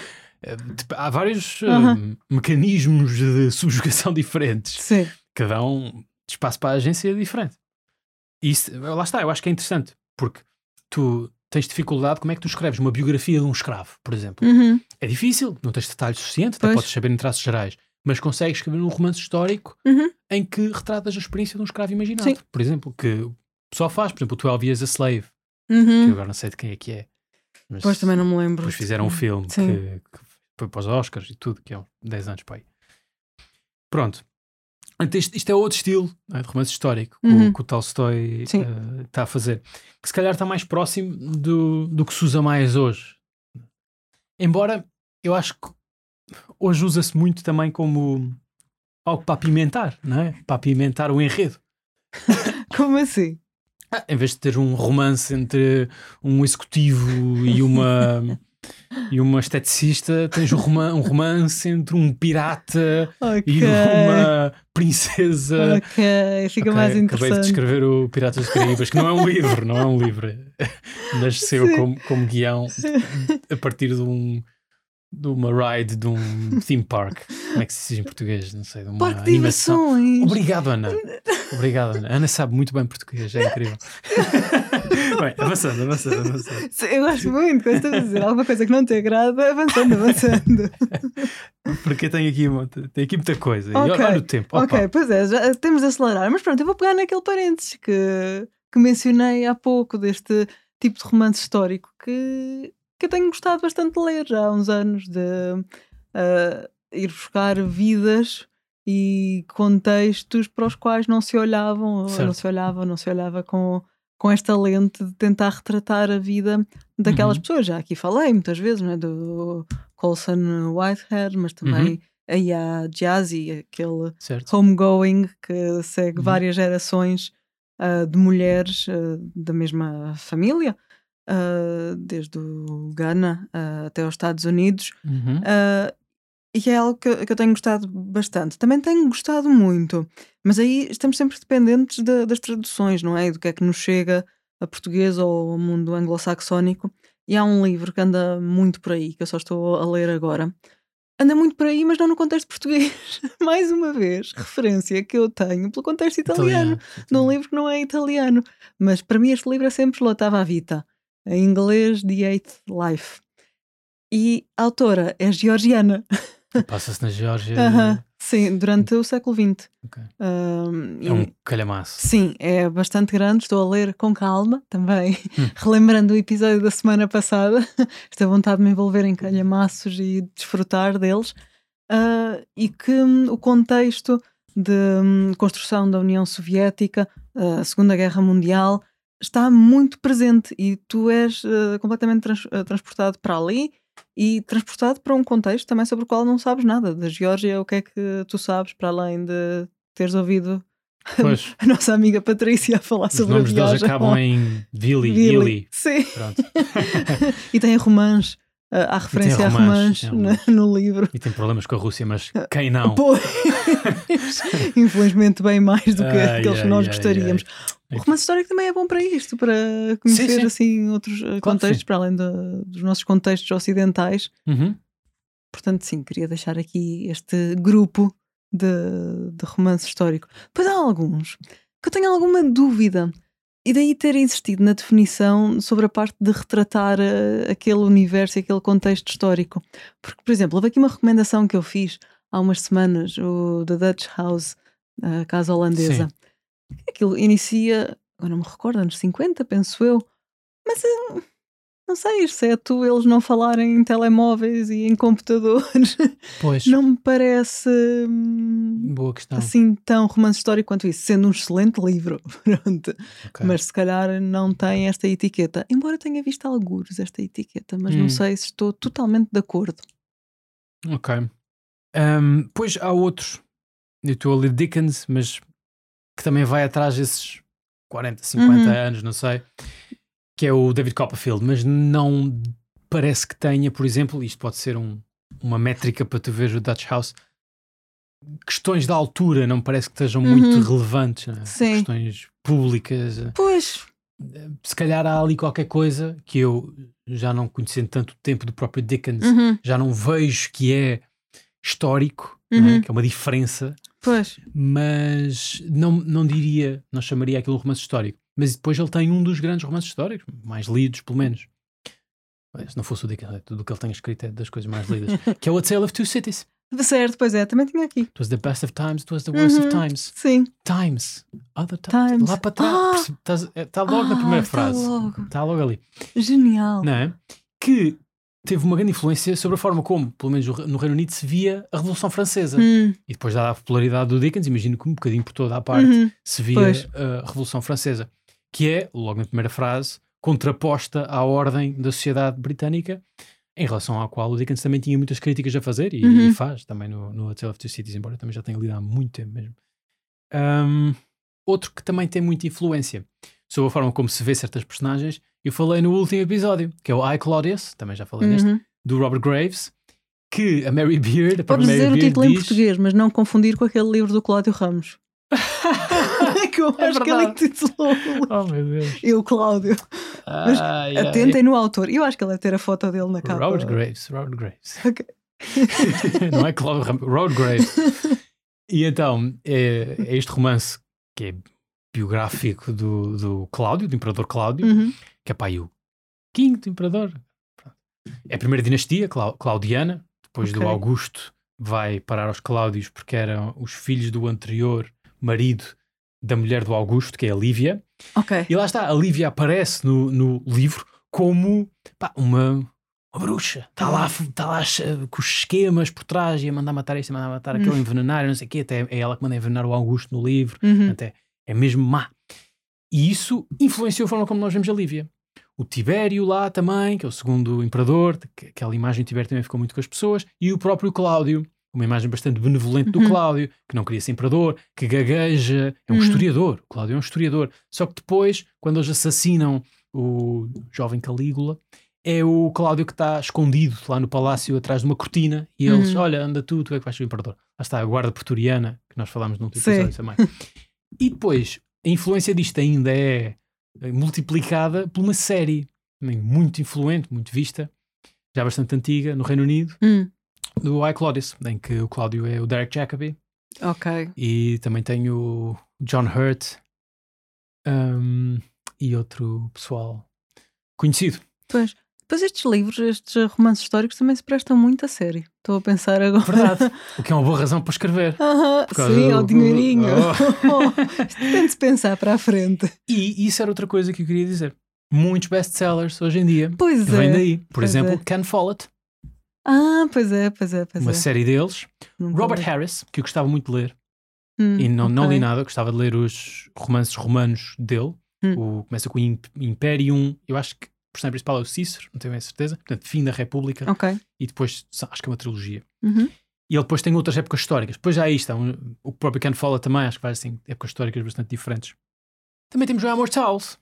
Há vários uh, uhum. mecanismos de subjugação diferentes. Sim. Cada um de espaço para a agência é diferente. E isso, lá está, eu acho que é interessante, porque tu tens dificuldade, como é que tu escreves uma biografia de um escravo, por exemplo? Uhum. É difícil, não tens detalhes suficientes, pois. até podes saber em traços gerais, mas consegues escrever um romance histórico uhum. em que retratas a experiência de um escravo imaginado. Sim. Por exemplo, que o pessoal faz, por exemplo, o twelve Years a Slave, uhum. que eu agora não sei de quem é que é. Mas pois também não me lembro. Depois fizeram um filme que, que foi para os Oscars e tudo, que é dez anos para aí. Pronto. Isto, isto é outro estilo, não é, de romance histórico uhum. que o Tolstói uh, está a fazer, que se calhar está mais próximo do, do que se usa mais hoje. Embora eu acho que hoje usa-se muito também como algo para apimentar, não é? Para apimentar o enredo. Como assim? Ah, em vez de ter um romance entre um executivo e uma e uma esteticista, tens um, roman- um romance entre um pirata okay. e uma princesa. Ok, fica okay, mais interessante. Acabei de escrever o Piratas dos Caraíbas, que não é um livro, não é um livro. Nasceu como, como guião a partir de um de uma ride de um theme park. Como é que se diz em português? Não sei, de uma Parque de animação. diversões. Obrigado, Ana. Obrigado, Ana. Ana sabe muito bem português, é incrível. Bem, avançando, avançando, avançando. Eu gosto muito quando estás a dizer alguma coisa que não te agrada, avançando, avançando. Porque tem aqui, tem aqui muita coisa. Okay. E olha o tempo. Opa. Ok, pois é, já temos de acelerar. Mas pronto, eu vou pegar naquele parênteses que, que mencionei há pouco, deste tipo de romance histórico que, que eu tenho gostado bastante de ler já há uns anos, de uh, ir buscar vidas e contextos para os quais não se olhavam, ou Certo. não se olhava, não se olhava com, com esta lente de tentar retratar a vida daquelas Uhum. pessoas. Já aqui falei muitas vezes, não é? Do Colson Whitehead, mas também Uhum. aí há Jazzy, aquele Certo. homegoing que segue Uhum. várias gerações uh, de mulheres uh, da mesma família, uh, desde o Ghana uh, até os Estados Unidos. Uhum. Uh, E é algo que, que eu tenho gostado bastante. Também tenho gostado muito, mas aí estamos sempre dependentes de, das traduções, não é? E do que é que nos chega a português ou ao mundo anglo-saxónico. E há um livro que anda muito por aí, que eu só estou a ler agora. Anda muito por aí, mas não no contexto português. Mais uma vez, referência que eu tenho pelo contexto italiano, Italiano. de um livro que não é italiano. Mas para mim este livro é sempre L'Ottava Vita, em inglês The Eighth Life. E a autora é georgiana. Passa-se na Geórgia. Aham, sim, durante o século vinte. Ok. Um, É um e- calhamaço. sim, é bastante grande. Estou a ler com calma também, Hum. relembrando o episódio da semana passada. Esta vontade de me envolver em calhamaços e desfrutar deles. Ah, e que hum, o contexto de hum, construção da União Soviética, a Segunda Guerra Mundial, está muito presente e tu és ah, completamente trans- ah, transportado para ali e transportado para um contexto também sobre o qual não sabes nada. Da Geórgia, o que é que tu sabes para além de teres ouvido Pois, a nossa amiga Patrícia a falar os sobre a nomes deles viagem? acabam em Vili, Vili. Ili. Sim. Pronto. E tem romãs. ah, há referência a romãs, romãs tem no, romãs. no livro. E tem problemas com a Rússia, mas quem não? Pois, infelizmente bem mais do que Ai, aqueles que ai, nós ai, gostaríamos. ai. O romance histórico também é bom para isto, para conhecer Sim, sim. assim outros eh, que contextos sim. para além de- dos nossos contextos ocidentais. Uhum. Portanto, sim, queria deixar aqui este grupo de, de romance histórico. Pois há alguns que eu tenho alguma dúvida. E daí ter insistido na definição sobre a parte de retratar eh, aquele universo e aquele contexto histórico. Porque, por exemplo, houve aqui uma recomendação que eu fiz há umas semanas, o The Dutch House, a casa holandesa. Aquilo inicia, eu não me recordo, anos cinquenta, penso eu. Mas eh, não sei, exceto eles não falarem em telemóveis e em computadores, Pois, não me parece hum, boa questão. assim tão romance histórico quanto isso, sendo um excelente livro. Pronto. Ok. Mas se calhar não tem esta etiqueta. Embora eu tenha visto algures esta etiqueta, mas Hum. não sei se estou totalmente de acordo. Ok. Ahm, pois há outros. Eu estou a ler Dickens, mas que também vai atrás desses quarenta, cinquenta Uhum. anos, não sei. Que é o David Copperfield, mas não parece que tenha, por exemplo, isto pode ser um, uma métrica para tu ver o Dutch House. Questões da altura não me parece que estejam Uhum. muito relevantes, não é? Sim. Questões públicas. Pois, Se calhar há ali qualquer coisa que eu, já não conhecendo tanto o tempo do próprio Dickens, uhum. já não vejo que é histórico, não é? Uhum. Que é uma diferença, Pois. mas não, não diria, não chamaria aquilo um romance histórico. Mas depois ele tem um dos grandes romances históricos, mais lidos pelo menos. Se não fosse o Dickens, tudo o que ele tem escrito é das coisas mais lidas, que é o A Tale of Two Cities. Certo, pois é, também tinha aqui. It was the best of times, it was the worst Uhum. of times. Sim. Times, other times. Times. Lá para trás, está logo na Ah, primeira tá frase. logo. Está logo ali. Genial. Não é? Que teve uma grande influência sobre a forma como, pelo menos no Reino Unido, se via a Revolução Francesa. Hum. E depois, dada a popularidade do Dickens, imagino que um bocadinho por toda a parte Uhum. se via Pois. a Revolução Francesa, que é, logo na primeira frase, contraposta à ordem da sociedade britânica, em relação à qual o Dickens também tinha muitas críticas a fazer, e, Uhum. e faz também no, no A Tale of Two Cities, embora eu também já tenha lido há muito tempo mesmo. Um, outro que também tem muita influência sobre a forma como se vê certas personagens, eu falei no último episódio, que é o I, Claudius, também já falei neste, Uhum. do Robert Graves, que a Mary Beard, a própria Podes Mary dizer o Beard título em diz... português, mas não confundir com aquele livro do Cláudio Ramos. que eu É acho que ele verdade. intitulou. Oh meu Deus. Eu, Cláudio. Mas Ai, atentem no autor. Eu acho que ele deve ter a foto dele na ai. capa. Robert Graves, Robert Graves. Ok. Não é Cláudio Ramos, Robert Graves. E então, é, é este romance que é biográfico do, do Cláudio, do Imperador Cláudio, Uhum. que é pá, e o quinto Imperador. Pronto. É a primeira dinastia, Clau- Claudiana, depois Ok. do Augusto vai parar aos Cláudios porque eram os filhos do anterior marido da mulher do Augusto, que é a Lívia. Ok. E lá está, a Lívia aparece no, no livro como pá, uma, uma bruxa, está lá, tá lá com os esquemas por trás e a mandar matar isto, a mandar matar aquele, Uhum. envenenar, não sei o quê, até é ela que manda envenenar o Augusto no livro, Uhum. até é mesmo má. E isso influenciou a forma como nós vemos a Lívia. O Tibério lá também, que é o segundo imperador, que, aquela imagem do Tibério também ficou muito com as pessoas, e o próprio Cláudio, uma imagem bastante benevolente do Uhum. Cláudio, que não queria ser imperador, que gagueja, é um Uhum. historiador, o Cláudio é um historiador. Só que depois, quando eles assassinam o jovem Calígula, é o Cláudio que está escondido lá no palácio atrás de uma cortina e eles, Uhum. olha, anda tu, tu é que vais ser o imperador. Lá está a guarda pretoriana, que nós falámos num Sim. episódio também. E depois, a influência disto ainda é multiplicada por uma série também muito influente, muito vista, já bastante antiga, no Reino Unido, Hum. do I, Claudius, em que o Cláudio é o Derek Jacobi. Ok. E também tem o John Hurt um, e outro pessoal conhecido. Pois. Depois estes livros, estes romances históricos também se prestam muito a sério. Estou a pensar agora. Verdade. O que é uma boa razão para escrever. Aham, Por causa sim, do- ao dinheirinho. Oh. Isto tem de se pensar para a frente. E isso era outra coisa que eu queria dizer. Muitos best-sellers hoje em dia Pois vêm é. daí. Por Pois exemplo, é. Ken Follett, Ah, pois é, pois é, pois uma é. série deles. Nunca Robert li. Harris, que eu gostava muito de ler. Hum, E não, não ok. li nada, gostava de ler os romances romanos dele. Hum. O, começa com o Imp- Imperium, eu acho que o personagem principal é o Cícero, não tenho bem certeza. Portanto, fim da República. Ok. E depois acho que é uma trilogia. Uhum. E ele depois tem outras épocas históricas. Depois já aí está. Um, o próprio Ken Follett também, acho que faz assim, épocas históricas bastante diferentes. Também temos o Amor Charles.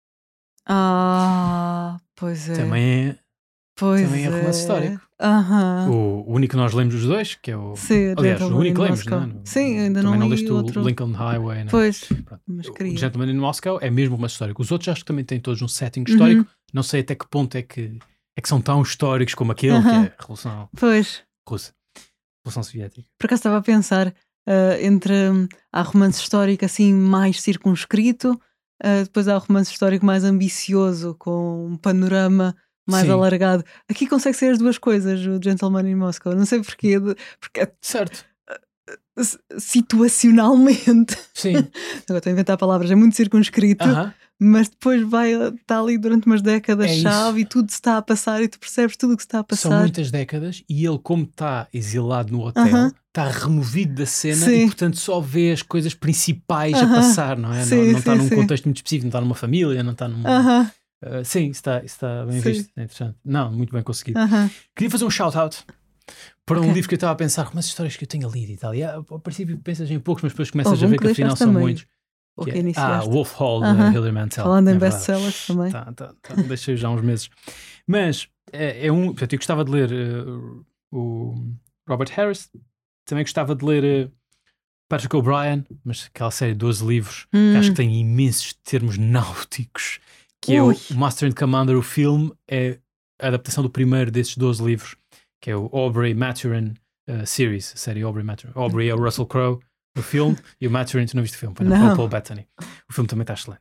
Ah, pois é. Também é, pois também é romance histórico. Aham. o, o único que nós lemos os dois, que é o... Sim, Aliás, o Gentleman único que in lemos, Moscow. não é? No- Sim, ainda também não não li leste outro. o Lincoln Highway, não é? Pois, Pronto. mas O queria. Gentleman in Moscow é mesmo romance histórico. Os outros acho que também têm todos um setting histórico. Uhum. Não sei até que ponto é que, é que são tão históricos como aquele, Aham. que é a Revolução Pois, Russa. Revolução Soviética. por acaso estava a pensar ah, entre hum, há romance histórico assim mais circunscrito, ah, depois há o romance histórico mais ambicioso, com um panorama mais Sim. alargado. Aqui consegue ser as duas coisas, o Gentleman in Moscow. Não sei porquê, de- porque é Certo. s- situacionalmente, Sim. agora estou a inventar palavras, é muito circunscrito, Aham. mas depois vai estar ali durante umas décadas É isso. chave e tudo se está a passar e tu percebes tudo o que se está a São passar. muitas décadas e ele, como está exilado no hotel, Aham. está removido da cena Sim. e, portanto, só vê as coisas principais a Aham. passar, não é? Sim, não, não está sim, num sim. contexto muito específico, não está numa família, não está num... Aham, Uh, sim, isso está, isso está bem Sim. visto, é interessante. Não, muito bem conseguido. aham. Queria fazer um shout-out para um Ok. livro que eu estava a pensar, como as histórias que eu tenho lido e tal. E, ah, ao princípio pensas em poucos, mas depois começas Houve a um ver que que afinal deixaste são também. muitos. O Que que é- ah, iniciaste. Wolf Hall, da Aham. Hilary Mantel. Falando em é verdade. best-sellers também. Tá, tá, tá, deixei já há uns meses. Mas é, é um. Portanto, eu gostava de ler uh, o Robert Harris, também gostava de ler uh, Patrick O'Brien, mas aquela série de doze livros Hum. que acho que tem imensos termos náuticos, que é o, Ui. o Master and Commander. O filme é a adaptação do primeiro desses doze livros, que é o Aubrey Maturin uh, Series, a série Aubrey Maturin. Aubrey é o Russell Crowe no filme e o Maturin, tu não viste o filme, foi Não. não. Paul Bettany. O filme também está excelente.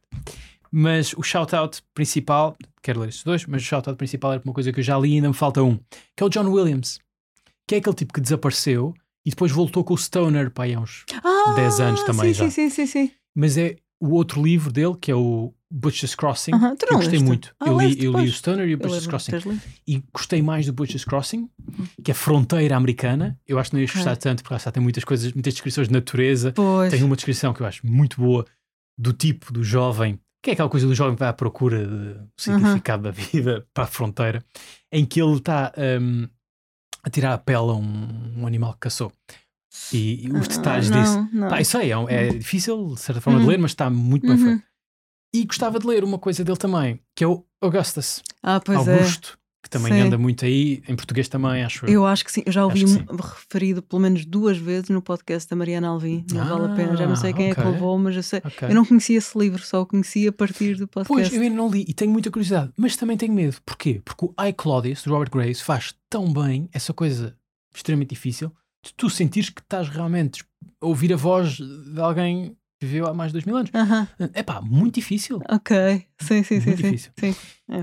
Mas o shout-out principal, quero ler estes dois, mas o shout-out principal era uma coisa que eu já li e ainda me falta um, que é o John Williams, que é aquele tipo que desapareceu e depois voltou com o Stoner, pá, há uns Ah, dez anos também sim, já. Sim, sim, sim, sim. Mas é o outro livro dele, que é o Butcher's Crossing, Aham, tu que eu não gostei leste? muito. Ah, eu, li, leste eu li o depois. Stoner e o Eu Butcher's lembro-me de Crossing. teres lido. E gostei mais do Butcher's Crossing, que é fronteira americana. Eu acho que não ias gostar Ok. tanto, porque lá está, tem muitas coisas, muitas descrições de natureza. Pois. Tem uma descrição que eu acho muito boa do tipo do jovem, que é aquela coisa do jovem que vai à procura do significado da vida para a fronteira, em que ele está um, a tirar a pele a um, um animal que caçou. E, e os detalhes Ah, disso. não, não. Pá, isso aí é, um- é difícil, de certa forma, Uhum. de ler, mas está muito bem Uhum. feito. E gostava de ler uma coisa dele também, que é o Augustus, Ah, pois Augusto, que também Sim. anda muito aí, em português também, acho é. Eu acho que sim. Eu já ouvi Acho que um- referido pelo menos duas vezes no podcast da Mariana Alvim. Não Ah, vale a pena. Já não sei quem é que ok. levou, mas eu sei. Ok. Eu não conhecia esse livro, só o conhecia a partir do podcast. Pois, eu ainda não li e tenho muita curiosidade, mas também tenho medo. Porquê? Porque o I, Claudius, do Robert Grace, faz tão bem essa coisa extremamente difícil de tu sentires que estás realmente a ouvir a voz de alguém que viveu há mais de dois mil anos. Aham. É pá, muito difícil. Ok. Sim, sim, sim. Muito sim. difícil. Sim.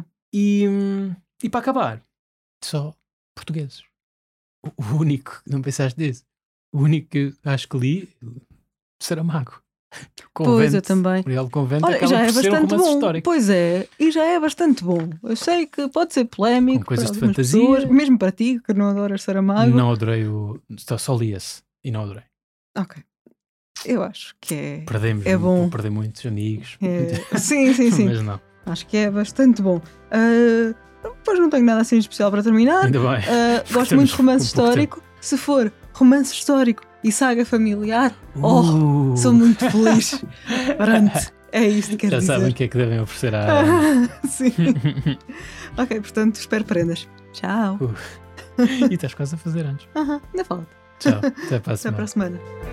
E, hum, e para acabar, só portugueses. O, o único, não pensaste disso? O único que acho que li, Saramago. Convento, Pois, eu também. Memorial do Convento Olha, acaba já é por ser um bastante romance bom. histórico. Pois é, e já é bastante bom. Eu sei que pode ser polémico Com coisas para de algumas fantasia. pessoas, mesmo para ti, que não adoras Saramago. Não adorei o... Só, só li esse e não adorei. Ok. Eu acho que é, Perdemos, é bom. vou perder muitos amigos. É... Sim, sim, sim. Mas não. Acho que é bastante bom. Uh, Depois não tenho nada assim especial para terminar. Ainda bem. Uh, gosto muito de romance histórico. Se for romance histórico e saga familiar, Uh. oh, sou muito feliz. Pronto, é isto que quero Já dizer. sabem o que é que devem oferecer à Ana. Sim. Ok, portanto, espero prendas. Tchau. Uh. E estás quase a fazer antes. Aham, ainda falta. Tchau. Até para a Até semana. para a semana.